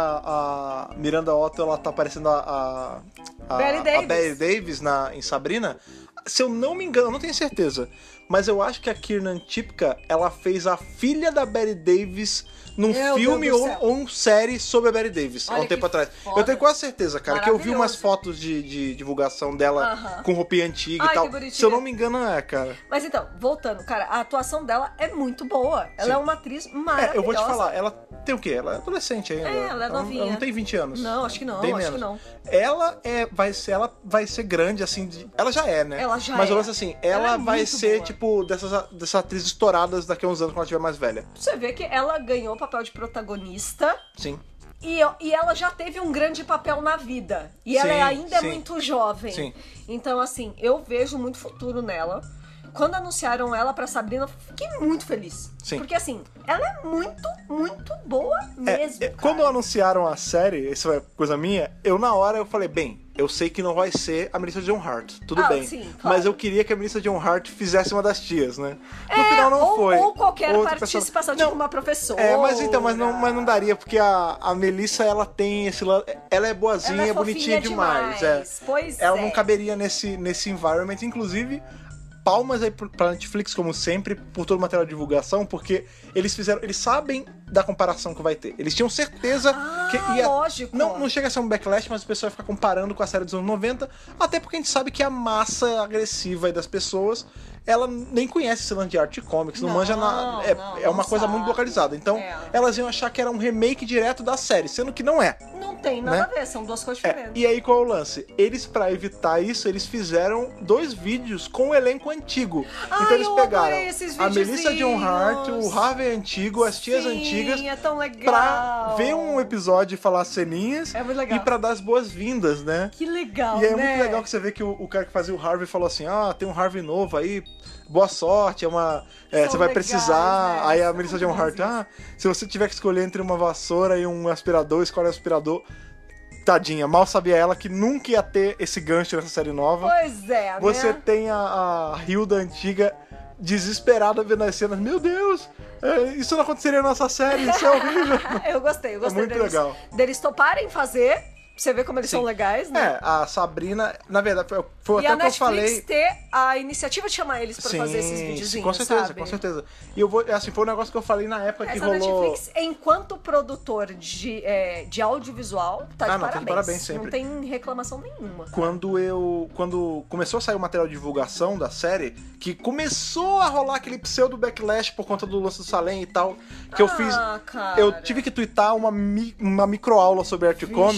a Miranda Otto, ela tá parecendo a, a, a, Betty a Davis. Betty Davis na, em Sabrina. Se eu não me engano, eu não tenho certeza, mas eu acho que a Kiernan Shipka, ela fez a filha da Betty Davis num Meu filme Deus do ou, céu. ou um série sobre a Betty Davis, há Olha um tempo que atrás. foda. Eu tenho quase certeza, cara, que eu vi umas Maravilhoso. fotos de, de divulgação dela Aham. com roupinha antiga Ai, e tal. que bonitinha. Se eu não me engano, é, cara. Mas então, voltando, cara, a atuação dela é muito boa. Ela Sim. é uma atriz maravilhosa. É, eu vou te falar, ela tem o quê? Ela é adolescente ainda. É, ela é não- novinha. Ela não tem vinte anos. Não, acho que não, Bem acho menos. que não. Ela é, vai ser, ela vai ser grande, assim, de- ela já é, né? Ela já Mas é. eu acho assim, ela, Ela é vai muito ser, boa. tipo, dessas, dessas atrizes estouradas daqui a uns anos, quando ela estiver mais velha. Você vê que ela ganhou o papel de protagonista. Sim. E, e ela já teve um grande papel na vida. E ela Sim, é ainda sim. muito jovem. Sim. Então, assim, eu vejo muito futuro nela. Quando anunciaram ela pra Sabrina, eu fiquei muito feliz. Sim. Porque, assim, ela é muito, muito boa É, mesmo. é, cara. quando anunciaram a série, isso é coisa minha, eu na hora eu falei, bem, eu sei que não vai ser a Melissa John Hart, tudo Ah, bem. sim, claro. Mas eu queria que a Melissa John Hart fizesse uma das tias, né? No É, final não ou, foi. ou qualquer Outra participação, pessoa- tipo uma professora. É, mas então, mas não, mas não daria, porque a, a Melissa, ela tem esse lado. Ela é boazinha, Ela é bonitinha fofinha demais. demais. É. Pois ela é. não caberia nesse, nesse environment. Inclusive, palmas aí pro- pra Netflix, como sempre, por todo o material de divulgação, porque eles fizeram. Eles sabem da comparação que vai ter. Eles tinham certeza Ah, que ia. lógico. Não, não chega a ser um backlash, mas o pessoal vai ficar comparando com a série dos anos noventa, até porque a gente sabe que a massa agressiva aí das pessoas, ela nem conhece esse lance de arte comics, não, Não, manja nada. É, não, é uma não coisa sabe. muito localizada. Então, É. elas iam achar que era um remake direto da série, sendo que não é. Não tem nada né? a ver, são duas coisas É, diferentes. e aí qual é o lance? Eles, pra evitar isso, eles fizeram dois vídeos com o elenco antigo. Ai, então eles eu pegaram adorei esses a Melissa John Hart, o videozinhos. Harvey antigo, as tias Sim, antigas, é tão legal. pra ver um episódio e falar ceninhas É muito legal. e pra dar as boas-vindas, né? Que legal, E aí é né? muito legal que você vê que o, o cara que fazia o Harvey falou assim: ah, tem um Harvey novo aí, boa sorte, é uma. é, São você vai legais, precisar. né? Aí a São Melissa John Hart, bonzinhos. ah, se você tiver que escolher entre uma vassoura e um aspirador, escolhe o aspirador. Tadinha, mal sabia ela que nunca ia ter esse gancho nessa série nova. Pois é, Você né? tem a, a Hilda antiga desesperada vendo as cenas. Meu Deus, é, isso não aconteceria na nossa série, isso é horrível. Eu gostei, eu gostei muito deles, legal. deles toparem fazer, pra você ver como eles Sim. são legais, né? É, a Sabrina, na verdade, foi, foi E até a o que eu Netflix falei. ter a iniciativa de chamar eles pra fazer esses videozinhos, sim, com certeza, sabe? com certeza. E eu vou, assim, foi um negócio que eu falei na época que Essa rolou. Netflix, enquanto produtor de, é, de audiovisual, tá de Ah, não, tá parabéns. de parabéns sempre. Não tem reclamação nenhuma. Quando eu. Quando começou a sair o material de divulgação da série, que começou a rolar aquele pseudo backlash por conta do lance do Salem e tal, que eu fiz. Ah, cara. Eu tive que twittar uma, mi, uma microaula sobre Art Vixe, Comics.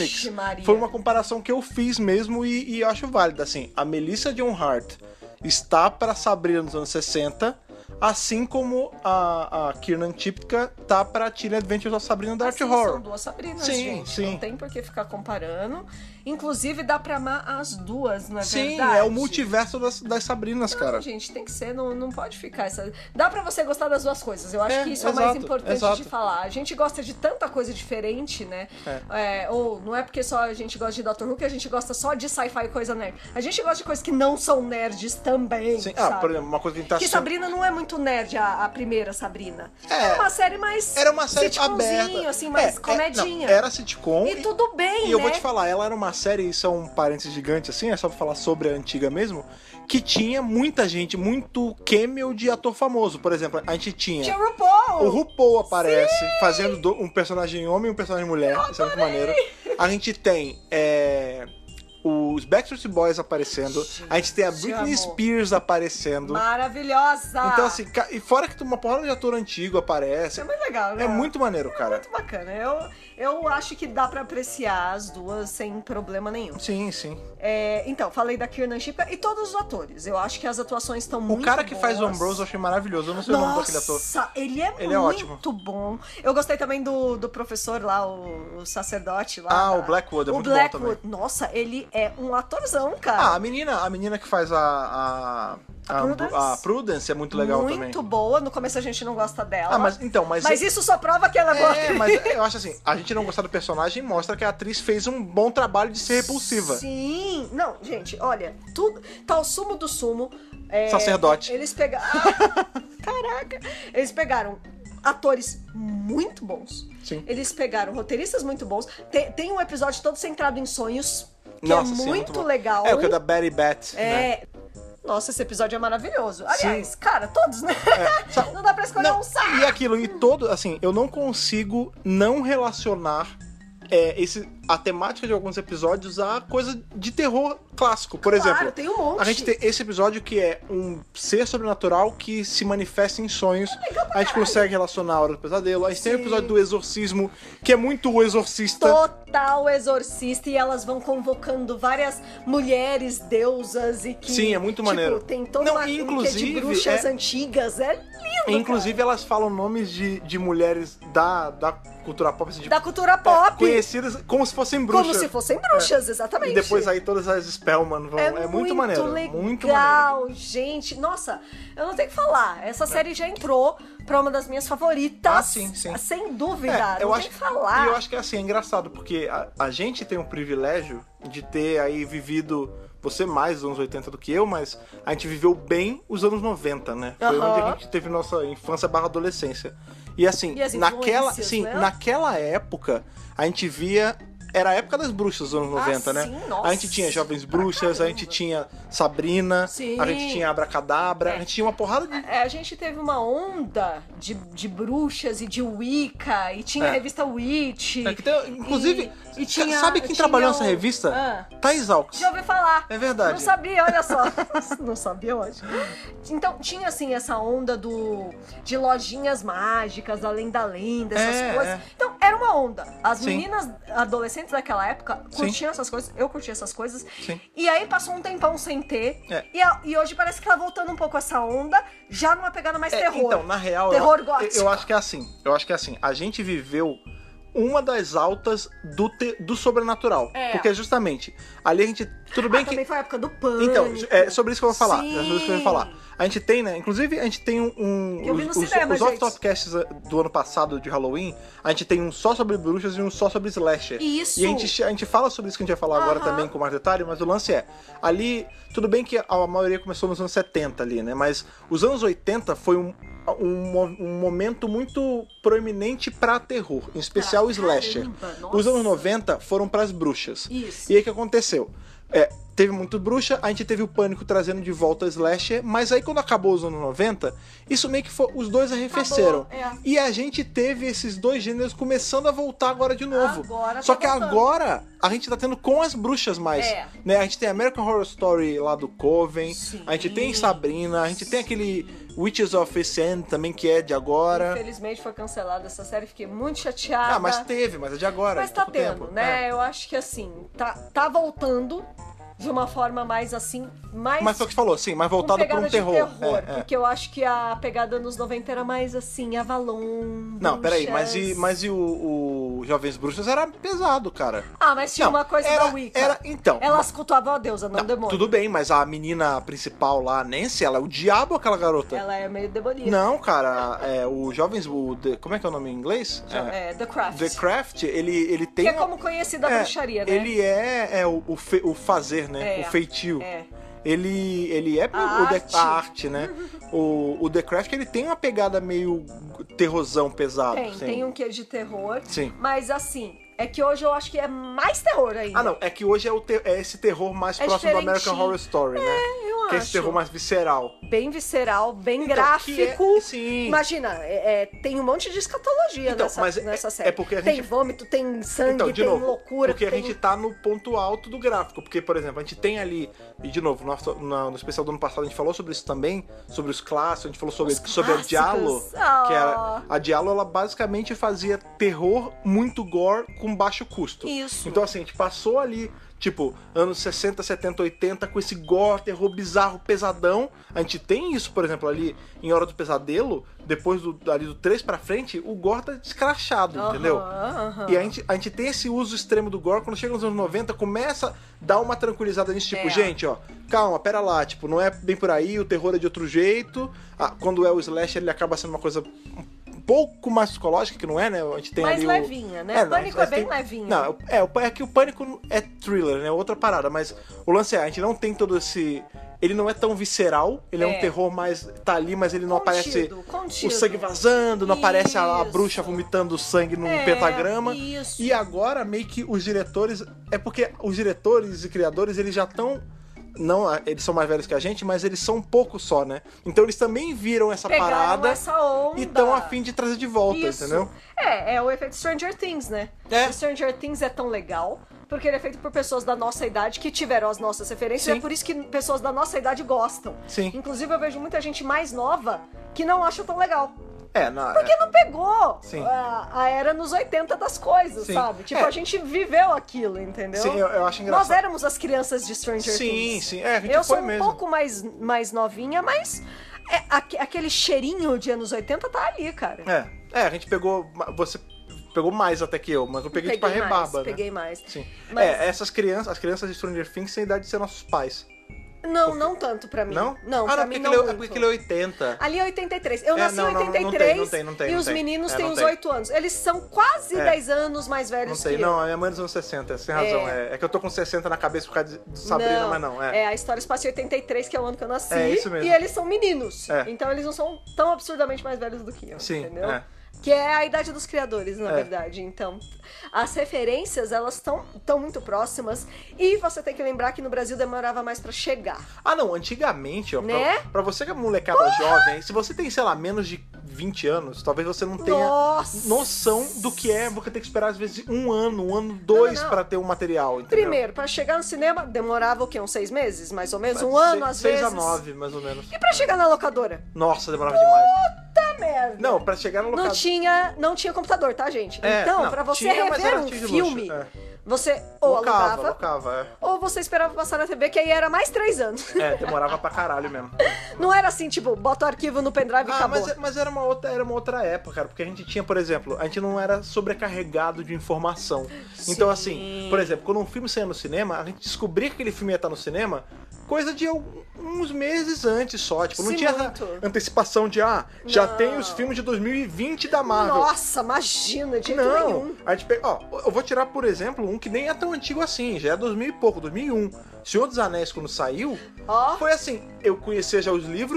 Maria. foi uma comparação que eu fiz mesmo e, e eu acho válida. Assim, a Melissa Joan Hart está pra Sabrina nos anos sessenta, assim como a, a Kiernan Shipka tá pra Chilling Adventures of Sabrina Dark assim, Horror. São duas Sabrinas, Sim, gente. sim. Não tem por que ficar comparando. Inclusive, dá pra amar as duas, não é Sim, verdade? é o multiverso das, das Sabrinas, Não, cara. gente, tem que ser, não, não pode ficar essa... Dá pra você gostar das duas coisas, eu acho É, que isso é o mais exato, importante exato. de falar. A gente gosta de tanta coisa diferente, né? É. É, ou não é porque só a gente gosta de Doctor Who que a gente gosta só de sci-fi e coisa nerd. A gente gosta de coisas que não são nerds também, Sim. sabe? Ah, por exemplo, uma coisa que a gente tá Que assistindo... Sabrina não é muito nerd, a, a primeira Sabrina. É. Era uma série mais Era uma série sitcomzinho, aberta. assim, mais É, é, comedinha. não, era sitcom. E tudo bem, E eu né? vou te falar, ela era uma série, isso é um parênteses gigante assim, é só pra falar sobre a antiga mesmo, que tinha muita gente, muito cameo de ator famoso. Por exemplo, a gente tinha... Tinha o RuPaul! O RuPaul aparece fazendo do- um personagem homem e um personagem mulher. Isso é muito maneiro. A gente tem é, os Backstreet Boys aparecendo. A gente tem a Gente, Britney amo. Spears aparecendo. Maravilhosa! Então, assim, ca- e fora que uma porrada de ator antigo aparece. é muito legal, né? É muito maneiro, É cara. muito bacana. Eu, eu acho que dá pra apreciar as duas sem problema nenhum. Sim, sim. É, então, falei da Kiernan Shipka e todos os atores. Eu acho que as atuações estão O muito cara que faz o boas. Ambrose eu achei maravilhoso. Eu não sei o nome daquele ator. Nossa, ele é Ele é muito ótimo. bom. Eu gostei também do, do professor lá, o, o sacerdote lá. Ah, da- o Blackwood, é o muito bom Blackwood. também. Nossa, ele é um atorzão, cara. Ah, a menina, a menina que faz a. A, A Prudence? a Prudence é muito legal muito também. boa. No começo a gente não gosta dela. Ah, mas então, mas. Mas isso só prova que ela é boa. É, mas eu acho assim, a gente não gostar do personagem mostra que a atriz fez um bom trabalho de ser repulsiva. Sim. Não, gente, olha, tudo tá o sumo do sumo. É, Sacerdote. Eles pegaram. Caraca! Eles pegaram atores muito bons. Sim. Eles pegaram roteiristas muito bons. Tem, tem um episódio todo centrado em sonhos, que Nossa, é sim, muito, bom. legal. É o que é da Betty Bat, né? É. Nossa, esse episódio é maravilhoso. Aliás, cara, todos, né? Sabe- Não dá pra escolher Não, um só. e aquilo, e todo, assim, eu não consigo não relacionar é, esse, a temática de alguns episódios a coisa de terror clássico. Por Claro, exemplo, tem um monte. a gente tem esse episódio que é um ser sobrenatural que se manifesta em sonhos. A gente consegue relacionar a Hora do Pesadelo. A gente tem o Sim. episódio do Exorcismo, que é muito o Exorcista. Total exorcista, e elas vão convocando várias mulheres deusas e que. Sim, é muito tipo, maneiro. Tem toda Não, uma um quê inclusive, de bruxas é- antigas. É lindo. Inclusive, elas falam nomes de, de mulheres da, da cultura pop, assim, de, Da cultura é, pop. conhecidas como se fossem bruxas. Como se fossem bruxas, exatamente. E depois aí todas as Spellman vão. É, muito maneiro. legal, Muito maneiro. gente. Nossa, eu não tenho que falar. Essa série já entrou pra uma das minhas favoritas. Ah, sim, sim. Sem dúvida. É, eu não acho, tem que falar. E eu acho que assim, é engraçado, porque a, a gente tem o privilégio de ter aí vivido. Você mais os anos oitenta do que eu, mas a gente viveu bem os anos noventa, né? Foi Aham. onde a gente teve nossa infância barra adolescência. E assim, E as naquela, influências, sim, né? naquela época, a gente via. Era a época das bruxas dos anos noventa, Ah, né? sim, nossa. A gente tinha Jovens Pra Bruxas, a gente caramba. tinha Sabrina, Sim. a gente tinha Abracadabra, É. a gente tinha uma porrada de. É, a gente teve uma onda de, de bruxas e de Wicca, e tinha É. a revista Witch. É, que tem- inclusive, e, e tinha, sabe quem tinha trabalhou o- nessa revista? Ah. Thais Alves. Já ouvi falar. É verdade. Não sabia, olha só. Não sabia hoje. Então, tinha assim essa onda do de lojinhas mágicas, além da lenda, essas É, coisas. é. Então, era uma onda. As Sim. meninas adolescentes daquela época Sim. curtiam essas coisas, eu curtia essas coisas. Sim. E aí passou um tempão sem ter. É. E, a- e hoje parece que tá voltando um pouco essa onda, já numa pegada mais É, terror. Então, na real, Terror eu, gótico. eu acho que é assim. Eu acho que é assim. A gente viveu uma das altas do, te- do sobrenatural. É. Porque justamente, ali a gente. Tudo bem Ah, que. também foi a época do pânico. Então, é sobre isso que eu vou falar. Sim. É sobre isso que eu vou falar. A gente tem, né? Inclusive, a gente tem um. um- Eu vi no os os, cinema, os gente. off-topcasts do ano passado de Halloween, a gente tem um só sobre bruxas e um só sobre slasher. Isso. E a gente, a gente fala sobre isso que a gente vai falar agora Aham. também com mais detalhe, mas o lance é. Ali, tudo bem que a maioria começou nos anos setenta ali, né? Mas os anos oitenta foi um. Um, mo- um momento muito proeminente pra terror, em especial o Pra slasher. caramba, nossa. Os anos noventa foram pras bruxas. Isso. E aí o que aconteceu? É, teve muito bruxa, a gente teve o Pânico trazendo de volta o slasher, mas aí quando acabou os anos noventa, isso meio que foi, os dois arrefeceram. Acabou, é. E a gente teve esses dois gêneros começando a voltar agora de novo. Agora Só tá que voltando. agora a gente tá tendo com as bruxas mais, É. né? A gente tem American Horror Story lá do Coven, Sim. a gente tem Sabrina, a gente tem aquele Witches of East End também, que é de agora. Infelizmente foi cancelada essa série, fiquei muito chateada. Ah, mas teve, mas é de agora. Mas de tá pouco tendo, tempo. né? É. Eu acho que assim, tá, tá voltando de uma forma mais assim, mais Mas foi o que você falou, sim, mais com voltado pra pegada um terror. de terror, É, é. porque eu acho que a pegada nos noventa era mais assim, Avalon. Não, peraí, mas e, bruxas. mas e o, o Jovens Bruxas era pesado, cara. Ah, mas tinha Não, uma coisa era- da Wicca. era- então, Elas cultuavam a deusa, não, Não, o demônio. tudo bem, mas a menina principal lá, a Nancy, ela é o diabo, aquela garota. Ela é meio demoníaca. Não, cara, é, o Jovens... O, The- como é que é o nome em inglês? É, The Craft. The Craft, ele, ele tem... Que é uma- como conhecida a é, bruxaria, né? Ele é, é o, o, fe- o fazer, né? É, O feitio. é. Ele, ele é A o The- arte. a arte, né? o, o The Craft, ele tem uma pegada meio terrorzão pesado. Tem, assim. tem um quê de terror. Sim. Mas assim, é que hoje eu acho que é mais terror ainda. Ah, não, é que hoje é, o te- é esse terror mais É próximo do diferentinho. American Horror Story, né? eu que é esse acho. terror mais visceral. Bem visceral, bem Então, gráfico. que é- sim. Imagina, é- é, tem um monte de escatologia Então, nessa, mas é- nessa é série. porque a Tem gente- vômito, tem sangue, Então, de tem novo, loucura. porque a tem... gente tá no ponto alto do gráfico. Porque, por exemplo, a gente tem ali, e de novo, nosso, no, no especial do ano passado a gente falou sobre isso também, sobre os clássicos, a gente falou sobre, Os sobre a clássicos. Diallo, Ah. que era, a Diallo, ela basicamente fazia terror muito gore com baixo custo. Isso. Então, assim, a gente passou ali, tipo, anos sessenta, setenta, oitenta, com esse gore, terror bizarro, pesadão. A gente tem isso, por exemplo, ali em Hora do Pesadelo, depois do, ali do três pra frente, o gore tá descrachado, Aham, entendeu? aham. E a gente, a gente tem esse uso extremo do gore, quando chega nos anos noventa, começa a dar uma tranquilizada nisso, tipo, É. gente, ó, calma, pera lá, tipo, não é bem por aí, o terror é de outro jeito. Ah, quando é o slasher, ele acaba sendo uma coisa um pouco mais psicológica, que não é, né? A gente tem Mais ali levinha, o... né? não, Pânico a é gente bem tem- levinho. Não, é, o- é que o Pânico é thriller, né? Outra parada, mas o lance é, a gente não tem todo esse... Ele não é tão visceral, ele é, É. um terror mais... Tá ali, mas ele não Contido, aparece contido. o sangue vazando, não aparece a, a Isso. bruxa vomitando sangue num É, pentagrama. isso. E agora, meio que os diretores... É porque os diretores e criadores, eles já estão... Não, eles são mais velhos que a gente, mas eles são um pouco só, né? Então eles também viram essa Pegaram parada essa onda. e estão a fim de trazer de volta, Isso. entendeu? É, é o efeito Stranger Things, né? É. O Stranger Things é tão legal porque ele é feito por pessoas da nossa idade que tiveram as nossas referências. Sim. É por isso que pessoas da nossa idade gostam. Sim. Inclusive, eu vejo muita gente mais nova que não acha tão legal. É, não, Porque não pegou Sim. a, a era nos oitenta das coisas, Sim. sabe? Tipo, É. a gente viveu aquilo, entendeu? Sim, eu, eu acho engraçado. Nós éramos as crianças de Stranger Sim, Things. sim. É, a gente Eu foi sou um mesmo. pouco mais, mais novinha, mas é, aque- aquele cheirinho de anos oitenta tá ali, cara. É, é, a gente pegou... Você pegou mais até que eu, mas eu peguei, tipo a mais, rebarba, né? peguei mais. Sim. Mas- É, essas crianças, as crianças de Stranger Things têm a idade de ser nossos pais. Não, não tanto pra mim. Não? Não, ah, pra não, mim porque não aquele, é- muito. porque aquele é oitenta. Ali é oitenta e três. Eu É, nasci não, em não, não oitenta e tem, três não tem, não tem, e não os tem. meninos É, têm não uns tem. oito anos. Eles são quase É. dez anos mais velhos Não sei, que eu. não, a minha mãe é dos anos sessenta, você tem razão. É. É que eu tô com sessenta na cabeça por causa de Sabrina, mas não. É. a história se passa em oitenta e três, que é o ano que eu nasci. É isso mesmo. E eles são meninos. É. Então eles não são tão absurdamente mais velhos do que eu. Sim, entendeu? é. Que é a idade dos criadores, na É. verdade. Então, as referências, elas estão tão muito próximas. E você tem que lembrar que no Brasil demorava mais pra chegar. Ah, não, antigamente, ó, Né? pra, pra você que é molecada jovem, se você tem, sei lá, menos de vinte anos, talvez você não tenha Nossa! noção do que é você ter que esperar, às vezes, um ano, um ano, dois Não, não. pra ter um material, entendeu? Primeiro, pra chegar no cinema, demorava o quê? Uns seis meses, mais ou menos? Um Seis- ano, às seis vezes. a nove, mais ou menos. E pra chegar na locadora? Nossa, demorava demais. Puta merda! Não, pra chegar no Não locador... tinha, não tinha computador, tá, gente? É, então, não, pra você tinha, mas rever era um artigo de filme, luxo, é. você ou Locava, alugava, locava, é. ou você esperava passar na T V, que aí era mais três anos. É, demorava pra caralho mesmo. Não era assim, tipo, bota o arquivo no pendrive e Ah, acabou. mas, mas era, uma outra, era uma outra época, cara, porque a gente tinha, por exemplo, a gente não era sobrecarregado de informação. Então, assim, por exemplo, quando um filme saía no cinema, a gente descobria que aquele filme ia estar no cinema coisa de alguns meses antes só. Tipo, não Sim, tinha muito. essa antecipação de, ah, já Não. tem os filmes de dois mil e vinte da Marvel. Nossa, imagina, de jeito Não, nenhum. a gente pega, ó, eu vou tirar, por exemplo, um que nem é tão antigo assim, já é dois mil e pouco, dois mil e um. Senhor dos Anéis, quando saiu, Ó. foi assim, eu conhecia já os livros,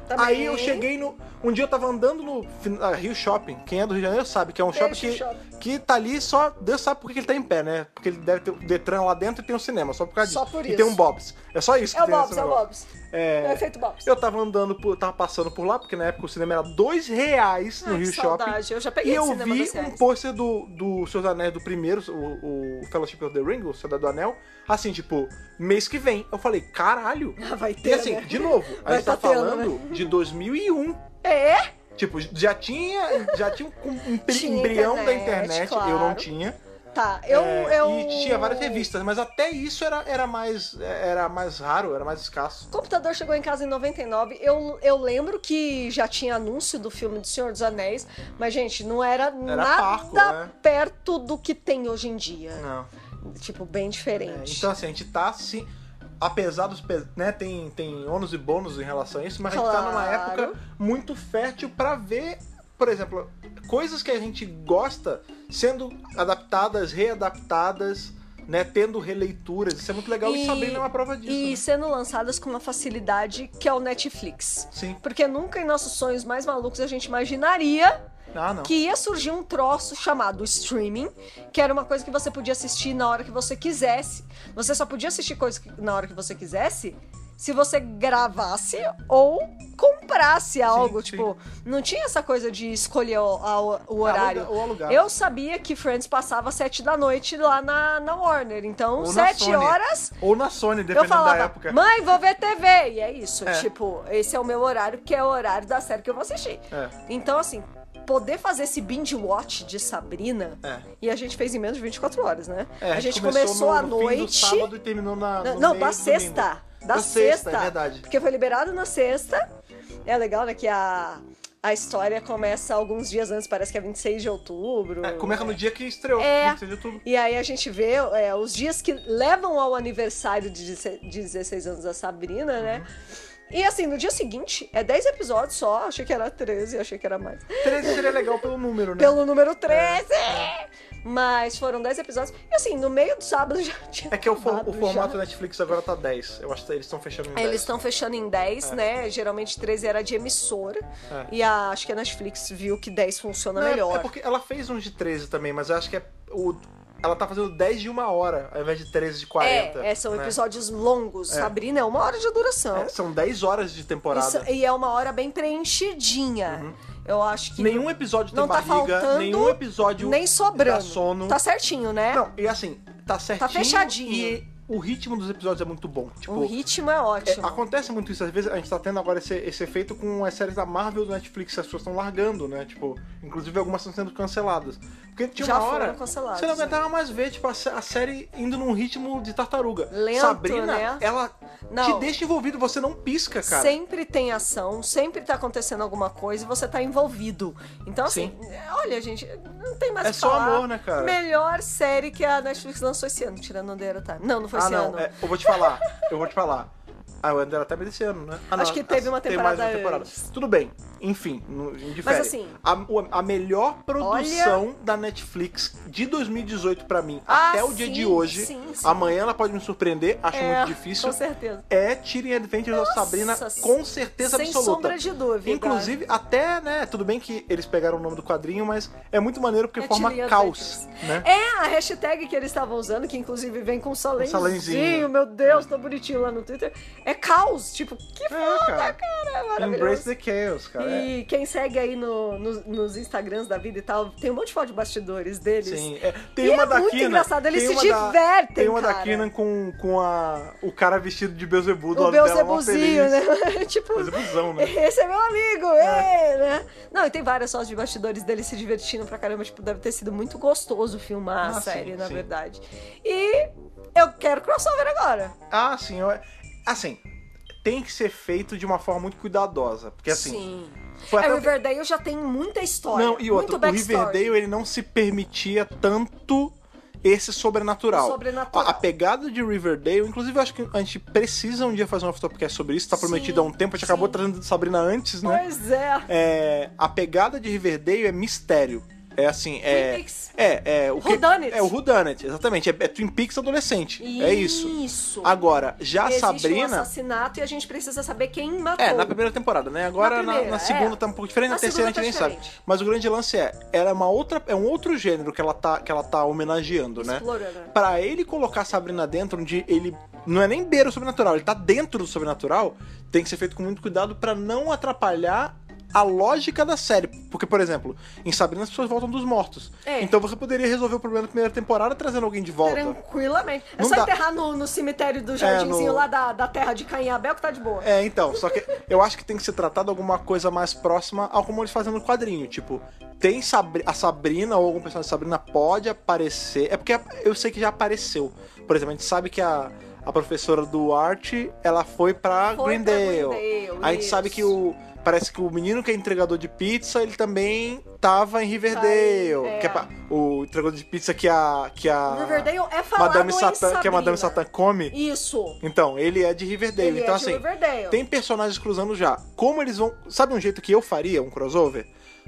também. Aí eu cheguei no... Um dia eu tava andando no uh, Rio Shopping. Quem é do Rio de Janeiro sabe que é um shopping que, shopping que tá ali só... Deus sabe por que ele tá em pé, né? Porque ele deve ter o Detran lá dentro e tem um cinema, só por causa Só disso. por e isso. tem um Bob's. É só isso que É o tem Bob's, nesse é o negócio. Bob's. É, É o efeito Bob's. Eu tava andando por... Tava passando por lá, porque na época o cinema era dois reais no Ai, Rio que saudade. Shopping. Eu já peguei E eu cinema vi dois um reais. pôster do, do Seus Anéis do primeiro, o, o Fellowship of the Ring, o Sociedade do Anel, assim, tipo, mês que vem. Eu falei, caralho. Ah, vai ter, E assim, né? de novo, a Vai gente tá, tá tendo, falando né? de dois mil e um. É? Tipo, já tinha, já tinha um embri- Tinha embrião da internet, internet, claro. eu não tinha. Tá, eu... É, eu... E tinha várias revistas, mas até isso era, era, mais, era mais raro, era mais escasso. O computador chegou em casa em noventa e nove. Eu, eu lembro que já tinha anúncio do filme do Senhor dos Anéis, mas, gente, não era, nada parco, né? perto do que tem hoje em dia. Não. Tipo, bem É, diferente. então, assim, a gente tá assim. Apesar dos. pe- Né, tem, tem ônus e bônus em relação a isso, mas a gente tá numa Claro. época muito fértil pra ver, por exemplo, coisas que a gente gosta sendo adaptadas, readaptadas, né, tendo releituras. Isso é muito legal e, Sabrina é uma prova disso. E né? sendo lançadas com uma facilidade que é o Netflix. Sim. Porque nunca em nossos sonhos mais malucos a gente imaginaria Ah, não. que ia surgir um troço chamado streaming, que era uma coisa que você podia assistir na hora que você quisesse. Você só podia assistir coisas que- na hora que você quisesse se você gravasse ou comprasse algo. sim. Tipo, não tinha essa coisa de escolher o, a- o horário. Aluga- ou alugar. Eu sabia que Friends passava sete da noite lá na, na Warner. Então, Ou na sete Sony. horas... Ou na Sony, Eu dependendo falava, da época. mãe, vou ver T V. E é isso. É. Tipo, esse é o meu horário, que é o horário da série que eu vou assistir. É. Então, assim, poder fazer esse binge watch de Sabrina. É. E a gente fez em menos de vinte e quatro horas, né? É, a gente começou, no, à no fim do noite. sábado e terminou na. Não, no não, meio da do sexta. domingo. Da, Da sexta. sexta, é verdade. Porque foi liberado na sexta. É legal, né? Que a, a história começa alguns dias antes, parece que é vinte e seis de outubro. É, começa no dia que estreou. É. vinte e seis de outubro. E aí a gente vê é, os dias que levam ao aniversário de dezesseis anos da Sabrina, né? E assim, no dia seguinte, é dez episódios só. Achei que era treze, achei que era mais. treze seria legal pelo número, né? Pelo número treze! Mas foram dez episódios. E assim, no meio do sábado já tinha É que o, for- acabado o formato já. da Netflix agora tá dez. Eu acho que eles estão fechando em dez. Eles estão fechando em dez, É. né? Geralmente treze era de emissora. É. E a, acho que a Netflix viu que dez funciona Não, é- melhor. É porque ela fez uns de treze também, mas eu acho que é o, ela tá fazendo dez de uma hora, ao invés de treze de quarenta. É, é, são né? episódios longos. É. Sabrina é uma hora de duração. É, são dez horas de temporada. Isso- e é uma hora bem preenchidinha. Eu acho que Nenhum episódio tem não tá barriga, faltando, nenhum episódio nem sobrando. dá sono. Tá certinho, né? Não, e assim, tá certinho. fechadinho. E o ritmo dos episódios é muito bom. Tipo, O ritmo é é, ótimo. acontece muito isso. Às vezes a gente tá tendo agora esse, esse efeito com as séries da Marvel do Netflix, que as pessoas estão largando, né? Tipo, inclusive algumas estão sendo canceladas. Porque tinha Já uma hora. foram canceladas, Você não aguentava mais ver, tipo, a, sé- a série indo num ritmo de tartaruga. Lento, Sabrina, né? ela Não. te deixa envolvido, você não pisca, cara. Sempre tem ação, sempre tá acontecendo alguma coisa e você tá envolvido. Então, assim, olha, gente, não tem mais o É que só falar. amor, né, cara? Melhor série que a Netflix lançou esse ano, tirando Under Time. Não, não foi Ah, esse não, ano. é, eu vou te falar, eu vou te falar. Ah, o Under Time é desse ano, né? Ah, Acho que teve uma tem mais temporada antes. Tudo bem, enfim, não indifere. Mas assim- A, o- a melhor produção da Netflix de dois mil e dezoito pra mim, Ah, até o dia sim, de hoje, sim, sim. amanhã ela pode me surpreender, acho É, muito difícil. com certeza. É Tyrion Adventures of Sabrina, com certeza sem absoluta. sombra de dúvida. Inclusive, até, né, tudo bem que eles pegaram o nome do quadrinho, mas é muito maneiro porque É forma Tyrion caos, Adventures. né? É, a hashtag que eles estavam usando, que inclusive vem com um salenzinho. salenzinho. Meu Deus, tão bonitinho lá no Twitter. É caos. Tipo, que É, foda, cara. cara. É maravilhoso. Embrace the Chaos, cara. é. E quem segue aí no, no- nos Instagrams da vida e tal, tem um monte de foto de bastidores deles. Sim, é, tem E uma é da muito Kina, engraçado, eles tem se uma da- divertem, Tem uma da cara. Kina com, com a, o cara vestido de Beelzebub do O lado dela, mó Beuzebuzinho, feliz. né? tipo, Beelzebuzão, né? esse é meu amigo, é. né? Não, e tem várias fotos de bastidores deles se divertindo pra caramba. Tipo, deve ter sido muito gostoso filmar Ah, a série, sim, na sim. verdade. E eu quero crossover agora. Ah, sim. Eu, assim, tem que ser feito de uma forma muito cuidadosa. Porque assim. Sim. Foi A até o- Riverdale já tem muita história. Não, e outro, muito o backstory. Riverdale ele não se permitia tanto esse sobrenatural. O sobrenatural. A, a pegada de Riverdale, inclusive eu acho que a gente precisa um dia fazer um off-topcast sobre isso, tá Sim, prometido há um tempo, a gente sim. acabou trazendo Sabrina antes, né? Pois é. É, a pegada de Riverdale é mistério. É assim, é... Twin Peaks. É, é... O que, Whodunit. é o Whodunit, exatamente. É, é Twin Peaks adolescente. É isso. Isso. Agora, já a Existe Sabrina... um assassinato e a gente precisa saber quem matou. É, na primeira temporada, né? Agora na, primeira, na segunda é. tá um pouco diferente, na, Na terceira a segunda gente tá nem sabe. diferente. Mas o grande lance é, ela é uma outra, é um outro gênero que ela tá, que ela tá homenageando, né? Explorando. Pra ele colocar a Sabrina dentro, onde ele não é nem beira o sobrenatural, ele tá dentro do sobrenatural, tem que ser feito com muito cuidado pra não atrapalhar a lógica da série. Porque, por exemplo, em Sabrina as pessoas voltam dos mortos. É. Então você poderia resolver o problema da primeira temporada trazendo alguém de volta. Tranquilamente. É Não só dá. enterrar no, no cemitério do jardinzinho no- lá da, da terra de Caim e Abel que tá de boa. É, então, só que eu acho que tem que ser tratado alguma coisa mais próxima ao como eles fazem no quadrinho. Tipo, tem Sabri- a Sabrina ou algum personagem de Sabrina pode aparecer. É porque eu sei que já apareceu. Por exemplo, a gente sabe que a, a professora do Art, ela foi pra Foi pra Greendale. Greendale, A gente isso. sabe que o... Parece que o menino que é entregador de pizza, ele também tava em Riverdale. Tá aí, é. Que é pra- o entregador de pizza que a... Que a Riverdale é falado Madame em Satã, Sabrina. que a Madame Satã come. Isso. Então, ele é de Riverdale. Ele então, é de assim, Riverdale. tem personagens cruzando já. Como eles vão... Sabe um jeito que eu faria, um crossover?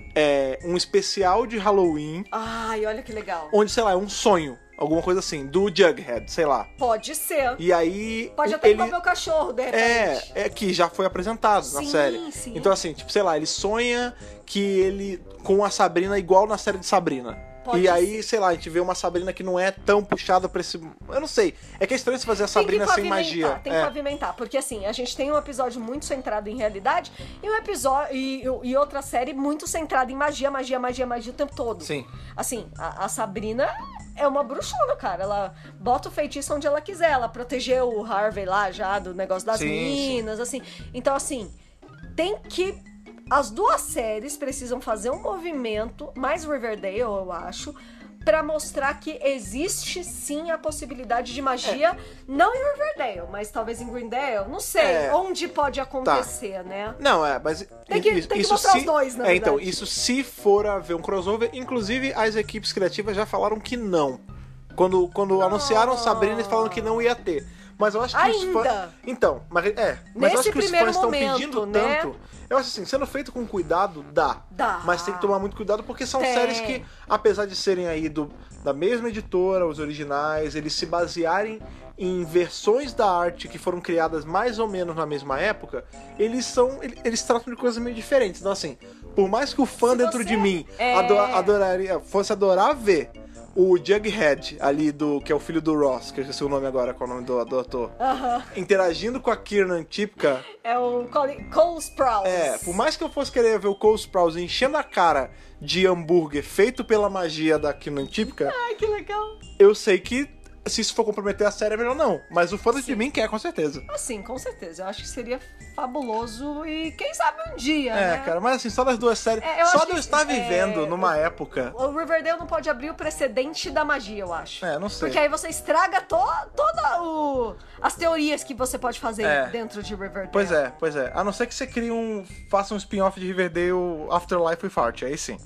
É um especial de Halloween, Ai, olha que legal. onde, sei lá, é um sonho. Alguma coisa assim, do Jughead, sei lá. Pode ser. E aí... Pode até ele... envolver o cachorro, de repente. É, é que já foi apresentado na Sim, série. sim. Então, assim, tipo, sei lá, ele sonha que ele... Com a Sabrina igual na série de Sabrina. Pode e aí, sei lá, a gente vê uma Sabrina que não é tão puxada pra esse... Eu não sei. É que é estranho você fazer a Sabrina tem que sem magia. pavimentar, tem que É. pavimentar, porque assim, a gente tem um episódio muito centrado em realidade e um episódio e, e outra série muito centrada em magia, magia, magia, magia o tempo todo. Sim. Assim, a, a Sabrina é uma bruxona, cara. Ela bota o feitiço onde ela quiser. Ela protegeu o Harvey lá já do negócio das Sim, minas, assim. Então, assim, tem que... As duas séries precisam fazer um movimento, mais Riverdale, eu acho, pra mostrar que existe sim a possibilidade de magia, não em Riverdale, mas talvez em Greendale, não sei, É. onde pode acontecer, né? Não, é, mas... Tem que- isso, tem que isso mostrar se, os dois, na É, então, verdade. isso se for haver um crossover, inclusive as equipes criativas já falaram que não. Quando, quando anunciaram Sabrina, eles falaram que não ia ter. Mas eu acho que os fãs... Ainda? Então, mas, é, mas eu Nesse acho que os primeiro fãs estão momento, pedindo né? tanto... Eu acho assim, sendo feito com cuidado, dá. Dá. Mas tem que tomar muito cuidado porque são Tem. séries que, apesar de serem aí do, da mesma editora, os originais, eles se basearem em versões da arte que foram criadas mais ou menos na mesma época, eles são. Eles, eles tratam de coisas meio diferentes. Então, assim, por mais que o fã Se dentro você- de mim é. ado- adoraria, fosse adorar ver o Jughead ali do. Que é o filho do Ross, que eu esqueci o nome agora, qual é o nome do, do ator. Aham. Interagindo com a Kiernan Tipka. É o Cole, Cole Sprouse. É, por mais que eu fosse querer ver o Cole Sprouse enchendo a cara de hambúrguer feito pela magia da Kiernan Tipka, Ai, que legal. eu sei que se isso for comprometer a série é melhor não. Mas o fã de mim quer, com certeza. Assim, com certeza. Eu acho que seria fabuloso e quem sabe um dia, É, né? cara, mas assim, só das duas séries. É, eu só acho de eu que- estar é, vivendo numa época. O Riverdale não pode abrir o precedente da magia, eu acho. É, não sei. Porque aí você estraga to toda o... as teorias que você pode fazer É. dentro de Riverdale. Pois é, pois é. A não ser que você crie um. Faça um spin-off de Riverdale Afterlife with Art, aí sim.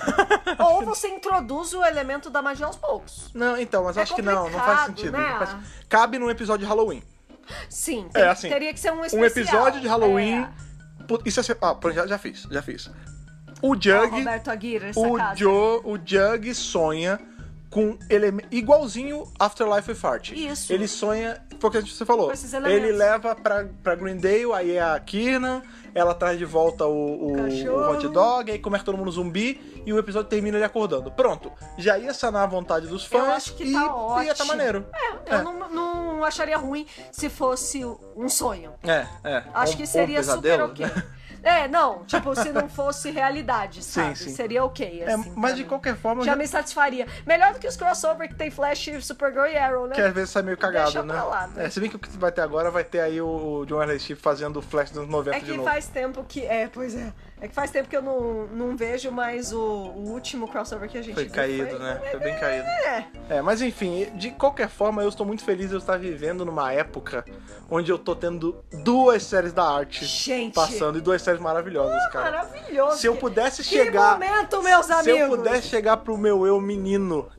Ou você introduz o elemento da magia aos poucos. Não, então, mas É acho que não, não faz complicado, sentido. né? Não faz- Cabe num episódio de Halloween. Sim, É, tem- assim, teria que ser um especial. Um episódio de Halloween. É. Put- Isso é. ser- Ah, pronto, já, já fiz, já fiz. O Ó, Jug. Roberto Aguirre, essa o, casa. Joe, o Jug sonha com elementos. Igualzinho Afterlife with Art. Isso. Ele sonha. Foi o que você falou. Com esses elementos. Ele leva pra, pra Greendale, aí é a Kiernan, ela traz de volta o, o, Cachorro. o hot dog, aí começa todo mundo zumbi e o episódio termina ele acordando. Pronto. Já ia sanar a vontade dos fãs Eu acho que e tá ótimo. ia tá maneiro. É, eu Não, não acharia ruim se fosse um sonho. É, é. Acho Um- que um seria super pesadelo, ok. né? É, não, tipo, se não fosse realidade, sabe? sim. Seria ok, É, assim. mas pra de mim. qualquer forma. Já já- me satisfaria. Melhor do que os crossover que tem Flash, Supergirl e Arrow, né? Que às vezes sai meio cagado, Deixa né? pra lá, né? É, se bem que o que vai ter agora vai ter aí o, o John Wesley Shipp fazendo o Flash dos anos noventa É de que novo. faz tempo que. É, pois é. É que faz tempo que eu não, não vejo mais o, o último crossover que a gente Foi viu. caído, né? Foi bem caído. É. É, mas enfim, de qualquer forma, eu estou muito feliz de eu estar vivendo numa época onde eu tô tendo duas séries da arte Gente. passando e duas séries maravilhosas, cara. Maravilhoso. Se eu Que- pudesse que chegar. momento, meus Se amigos. eu pudesse chegar pro meu eu menino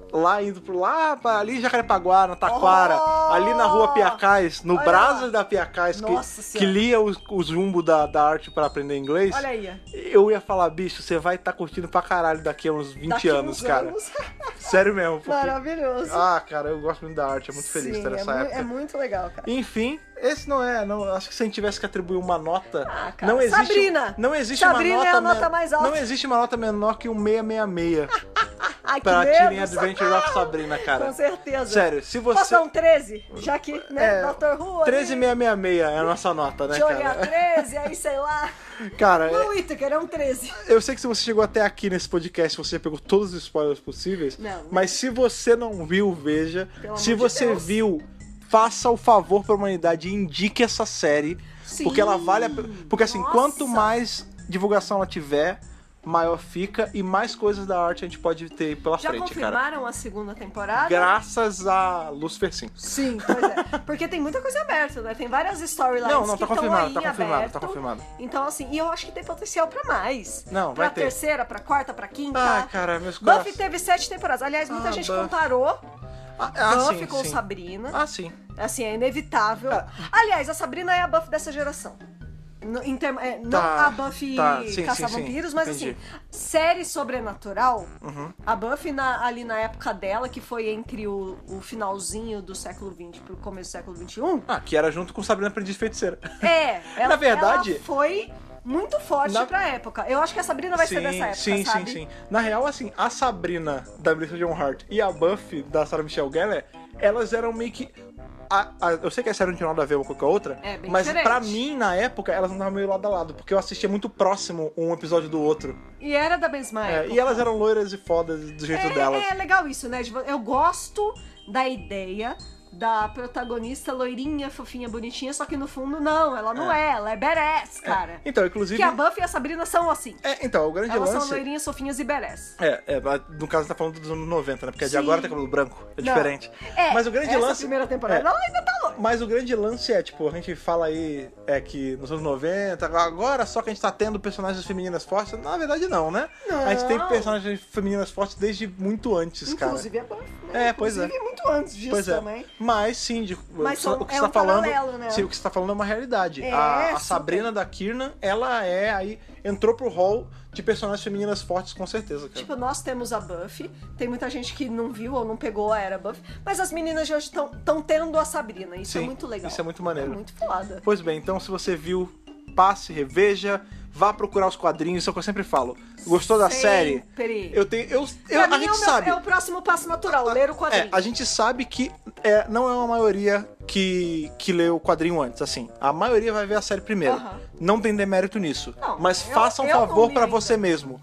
lá indo pro lá, pra- ali em Jacarepaguá, na Taquara, Oh! ali na rua Piacás, no Olha Brasas lá. da Piacás, que, Nossa que Senhora. lia os, os jumbo da, da arte pra aprender inglês, Olha aí. eu ia falar, bicho, você vai estar curtindo pra caralho daqui a uns vinte Daqui anos, uns cara. anos. Sério mesmo. Porque... Maravilhoso. Ah, cara, eu gosto muito da arte, é muito feliz Sim, ter é, essa mu- época. é muito legal, cara. Enfim, esse não é, não, acho que se a gente tivesse que atribuir uma nota, Ah, cara, não existe, Sabrina. não existe Sabrina uma é nota, a nota men- mais alta. não existe uma nota menor que um seiscentos e sessenta e seis Ai, que pra medo, Tyrion Adventure of Sabrina, cara. Com certeza. Sério, se Posso você dar um treze? Já que, né, É, doutor Who ali, treze mil seiscentos e sessenta e seis é a nossa nota, né, deixa eu olhar cara? treze, aí sei lá. Cara, No é- Whittaker é um treze. eu sei que se você chegou até aqui nesse podcast, você já pegou todos os spoilers possíveis, Não, mas se você não viu, veja. Pelo Se amor de você Deus. viu, faça o favor pra humanidade e indique essa série, Sim. porque ela vale a... Porque assim, Nossa. quanto mais divulgação ela tiver, maior fica e mais coisas da arte a gente pode ter pela Já frente, cara. confirmaram a segunda temporada? Graças a Lucifer Sim. Sim, pois é. Porque tem muita coisa aberta, né? Tem várias storylines Não, não, que tá estão confirmado, aí tá em confirmado, aberto. tá confirmado. Então, assim, e eu acho que tem potencial pra mais. Não, pra vai ter. terceira, pra quarta, pra quinta. Ah, cara, meus Buffy corações. teve sete temporadas. Aliás, muita Ah, gente Buffy. comparou Ah, ah, Buffy sim, com sim. Sabrina. Ah, sim. Assim, é inevitável. Cara. Aliás, a Sabrina é a Buffy dessa geração. No- em termo- é, não Tá, a Buffy tá, sim, caça sim, sim. vampiros, mas Entendi. assim, série sobrenatural, Uhum. a Buffy na- ali na época dela, que foi entre o, o finalzinho do século vinte pro começo do século vinte e um, Ah, que era junto com Sabrina Aprendiz de Feiticeira. é, ela, Na verdade- ela foi muito forte Na- pra época. Eu acho que a Sabrina vai ser dessa época, sim, sabe? sim, sim. Na real, assim, a Sabrina da Melissa John Hart e a Buffy da Sarah Michelle Gellar, elas eram meio que... a- a- eu sei que a série não tinha nada a ver uma com a outra, É, bem mas diferente. pra mim, na época, elas andavam meio lado a lado, porque eu assistia muito próximo um episódio do outro. E era da mesma É, época. e elas eram loiras e fodas do jeito é, delas. É legal isso, né? de vo- Eu gosto da ideia da protagonista loirinha, fofinha, bonitinha, só que no fundo não, ela não é, ela é badass, cara. Então, inclusive... Que a Buffy e a Sabrina são assim. É, então, o grande Elas lance... são loirinhas, fofinhas e badass. É, é, mas no caso tá falando dos anos noventa, né? Porque a de Sim. agora tem cabelo branco, é Não. diferente. É, Mas o grande essa lance... primeira temporada, é, ela ainda tá loira. Mas o grande lance é, tipo, a gente fala aí é que nos anos noventa, agora só que a gente tá tendo personagens femininas fortes. Na verdade, não, né? Não. A gente tem personagens femininas fortes desde muito antes, cara. Inclusive a Buffy, né? É, pois é. Inclusive muito antes disso Pois é. também. Mas sim, de, Mas o, são- o que é você tá um falando. paralelo, né? Sim, o que você tá falando é uma realidade. É, a, a super. Sabrina da Kiernan, ela é aí. Entrou pro hall de personagens femininas fortes, com certeza, cara. Tipo, nós temos a Buffy, tem muita gente que não viu ou não pegou a era Buffy, mas as meninas de hoje estão tendo a Sabrina, isso é Sim, muito legal. isso é muito maneiro. É muito foda. Pois bem, então se você viu, passe, reveja, vá procurar os quadrinhos, isso é o que eu sempre falo. Gostou da série? Sempre. Eu tenho. Eu, eu, Pra a mim gente é o, meu- sabe. é o próximo passo natural, ler o quadrinho. É, a gente sabe que é, não é uma maioria que, que lê o quadrinho antes, assim. A maioria vai ver a série primeiro. Aham. Não tem demérito nisso. Não, mas eu- faça um eu não favor li pra ainda. você mesmo.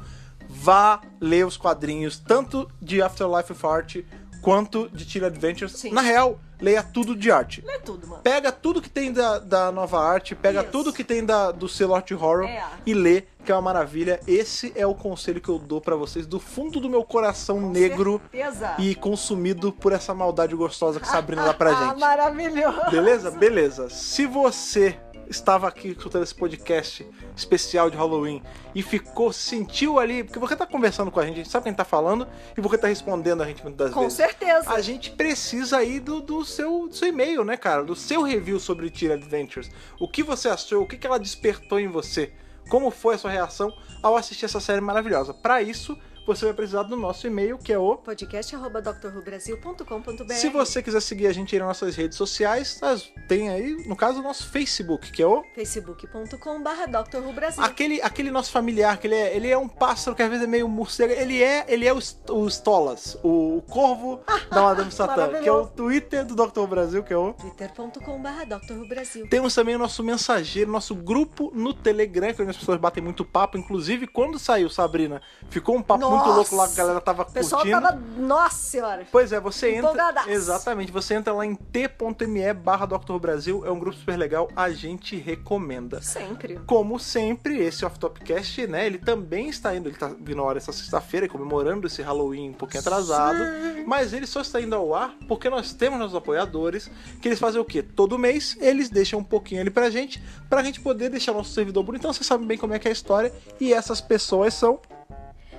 Vá ler os quadrinhos, tanto de Afterlife of Art quanto de Tyrion Adventures. Sim. Na real, leia tudo de arte. Lê tudo, mano. Pega tudo que tem da, da nova arte, pega Isso. tudo que tem da, do selo Art Horror É. e lê, que é uma maravilha. Esse é o conselho que eu dou pra vocês do fundo do meu coração Com negro certeza. e consumido por essa maldade gostosa que Sabrina dá pra Ah, gente. maravilhoso. Beleza? Beleza. Se você estava aqui escutando esse podcast especial de Halloween e ficou, sentiu ali, porque você tá conversando com a gente, a gente sabe quem tá falando e você tá respondendo a gente muitas das Com vezes. certeza. A gente precisa aí do, do seu, do seu e-mail, né, cara? Do seu review sobre Tyrion Adventures. O que você achou? O que, que ela despertou em você? Como foi a sua reação ao assistir essa série maravilhosa? Pra isso, você vai precisar do nosso e-mail, que é o... podcast arroba d r who brasil ponto com ponto b r. Se você quiser seguir a gente aí nas nossas redes sociais, as- tem aí, no caso, o nosso Facebook, que é o... facebook ponto com barra d r who brasil. Aquele, aquele nosso familiar, que ele é, ele é um pássaro que às vezes é meio morcego. Ele é, ele é o, St- o Stolas, o, o corvo da Madame Satã, Maravilhoso. que é o Twitter do doutor Brasil, que é o... twitter ponto com barra d r who brasil. Temos também o nosso mensageiro, nosso grupo no Telegram, que é onde as pessoas batem muito papo. Inclusive, quando saiu Sabrina, ficou um papo muito Nossa! louco lá, que a galera tava O pessoal curtindo. tava... Nossa senhora. Pois é, você entra... Empolgadaço. Exatamente, você entra lá em t.me barra doutor Brasil, é um grupo super legal, a gente recomenda. Sempre. Como sempre, esse Off Topcast, né, ele também está indo, ele tá vindo a hora essa sexta-feira, comemorando esse Halloween um pouquinho atrasado, mas ele só está indo ao ar porque nós temos nossos apoiadores, que eles fazem o quê? Todo mês, eles deixam um pouquinho ali pra gente, pra gente poder deixar nosso servidor bonitão, você sabe bem como é que é a história, e essas pessoas são...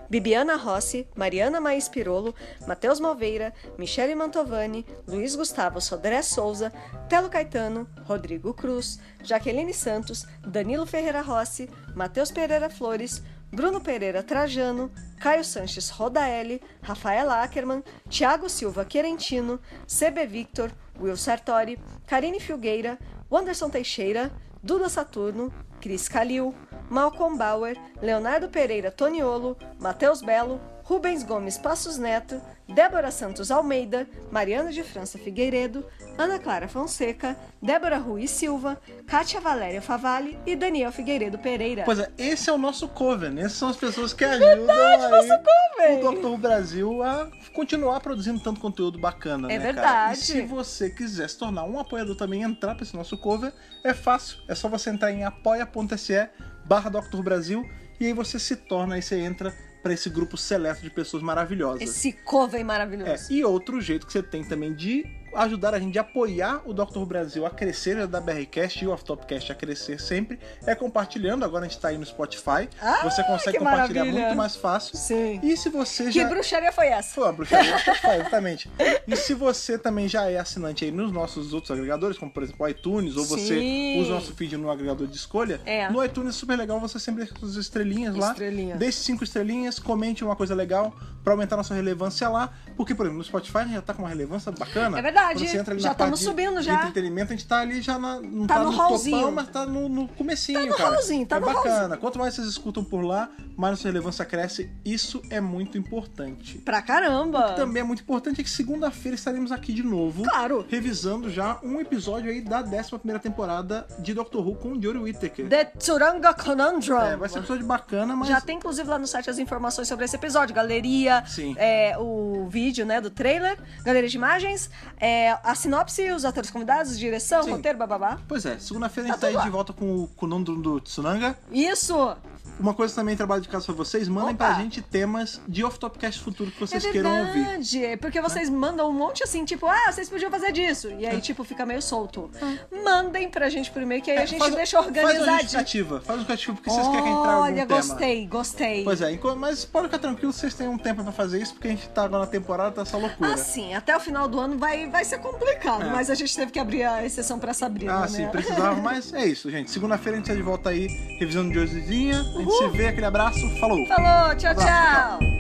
Bibiana Rossi, Mariana Maís Pirolo, Matheus Malveira, Michele Mantovani, Luiz Gustavo Sodré Souza, Telo Caetano, Rodrigo Cruz, Jaqueline Santos, Danilo Ferreira Rossi, Matheus Pereira Flores, Bruno Pereira Trajano, Caio Sanches Rodaelli, Rafael Ackerman, Thiago Silva Querentino, C B Victor, Will Sartori, Karine Filgueira, Wanderson Teixeira, Duda Saturno, Cris Calil, Malcolm Bauer, Leonardo Pereira Toniolo, Matheus Belo, Rubens Gomes Passos Neto, Débora Santos Almeida, Mariana de França Figueiredo, Ana Clara Fonseca, Débora Ruiz Silva, Kátia Valéria Favalli e Daniel Figueiredo Pereira. Pois é, esse é o nosso Coven. Essas são as pessoas que ajudam Verdade, aí nosso Coven. o Doctor Who Brasil a continuar produzindo tanto conteúdo bacana, É né, cara? verdade. E se você quiser se tornar um apoiador também e entrar para esse nosso Coven, é fácil. É só você entrar em apoia.se barra Doctor Who Brasil e aí você se torna, aí você entra para esse grupo seleto de pessoas maravilhosas. Esse Coven maravilhoso. É, e outro jeito que você tem também de ajudar a gente, de apoiar o Doctor Who Brasil a crescer, da BRCast e o Off Topcast a crescer sempre, é compartilhando. Agora a gente tá aí no Spotify. Ah, você consegue que compartilhar maravilha. muito mais fácil. Sim. E se você Que já... bruxaria foi essa? Foi uma bruxaria do Spotify, exatamente. E se você também já é assinante aí nos nossos outros agregadores, como por exemplo o iTunes, ou você Sim. usa o nosso feed no agregador de escolha, É. no iTunes é super legal, você sempre deixa as estrelinhas lá. Estrelinha. Deixe cinco estrelinhas, comente uma coisa legal pra aumentar nossa relevância lá. Porque, por exemplo, no Spotify a gente já tá com uma relevância bacana. É verdade. Quando você entra ali Já na parte estamos de- subindo de já. entretenimento, a gente tá ali já na, não Tá tá, no no, hallzinho. topão, mas tá no, no comecinho, Tá no cara. hallzinho, tá é no bacana. hallzinho. Quanto mais vocês escutam por lá, mais nossa relevância cresce. Isso é muito importante. Pra caramba. Também é muito importante é que segunda-feira estaremos aqui de novo. Claro. Revisando já um episódio aí da décima primeira temporada de Doctor Who com Jodie Whittaker. The Tsuranga Conundrum. É, vai ser um episódio bacana, mas... Já tem, inclusive, lá no site as informações sobre esse episódio. Galeria, Sim. é, o vídeo, né, do trailer, galeria de imagens, é, a sinopse, os atores convidados, direção, Sim. roteiro, bababá. Pois é, segunda-feira a gente Tá tá aí tudo lá. de volta com o Conundrum do Tsunanga. Isso! Uma coisa também, trabalho de casa pra vocês, mandem Opa. pra gente temas de off-topcast futuro que vocês é queiram ouvir. verdade, porque vocês mandam um monte assim, tipo, ah, vocês podiam fazer disso. E aí, tipo, fica meio solto. Mandem pra gente por e-mail, que aí É, a gente faz- deixa Faz uma organizadinho. justificativa, faz uma justificativa porque vocês querem que a gente traga algum Olha, tema. gostei, gostei. Pois é, enquanto- mas pode ficar tranquilo, vocês têm um tempo pra fazer isso, porque a gente tá agora na temporada, tá essa loucura. Ah, sim, até o final do ano vai, vai ser complicado, É. mas a gente teve que abrir a exceção pra Sabrina, Ah, né? sim, precisava, mas é isso, gente. Segunda-feira a gente tá de volta aí, revisando de hojezinha. A gente Uhul. se vê, aquele abraço, falou! Falou, tchau, Abraço, tchau.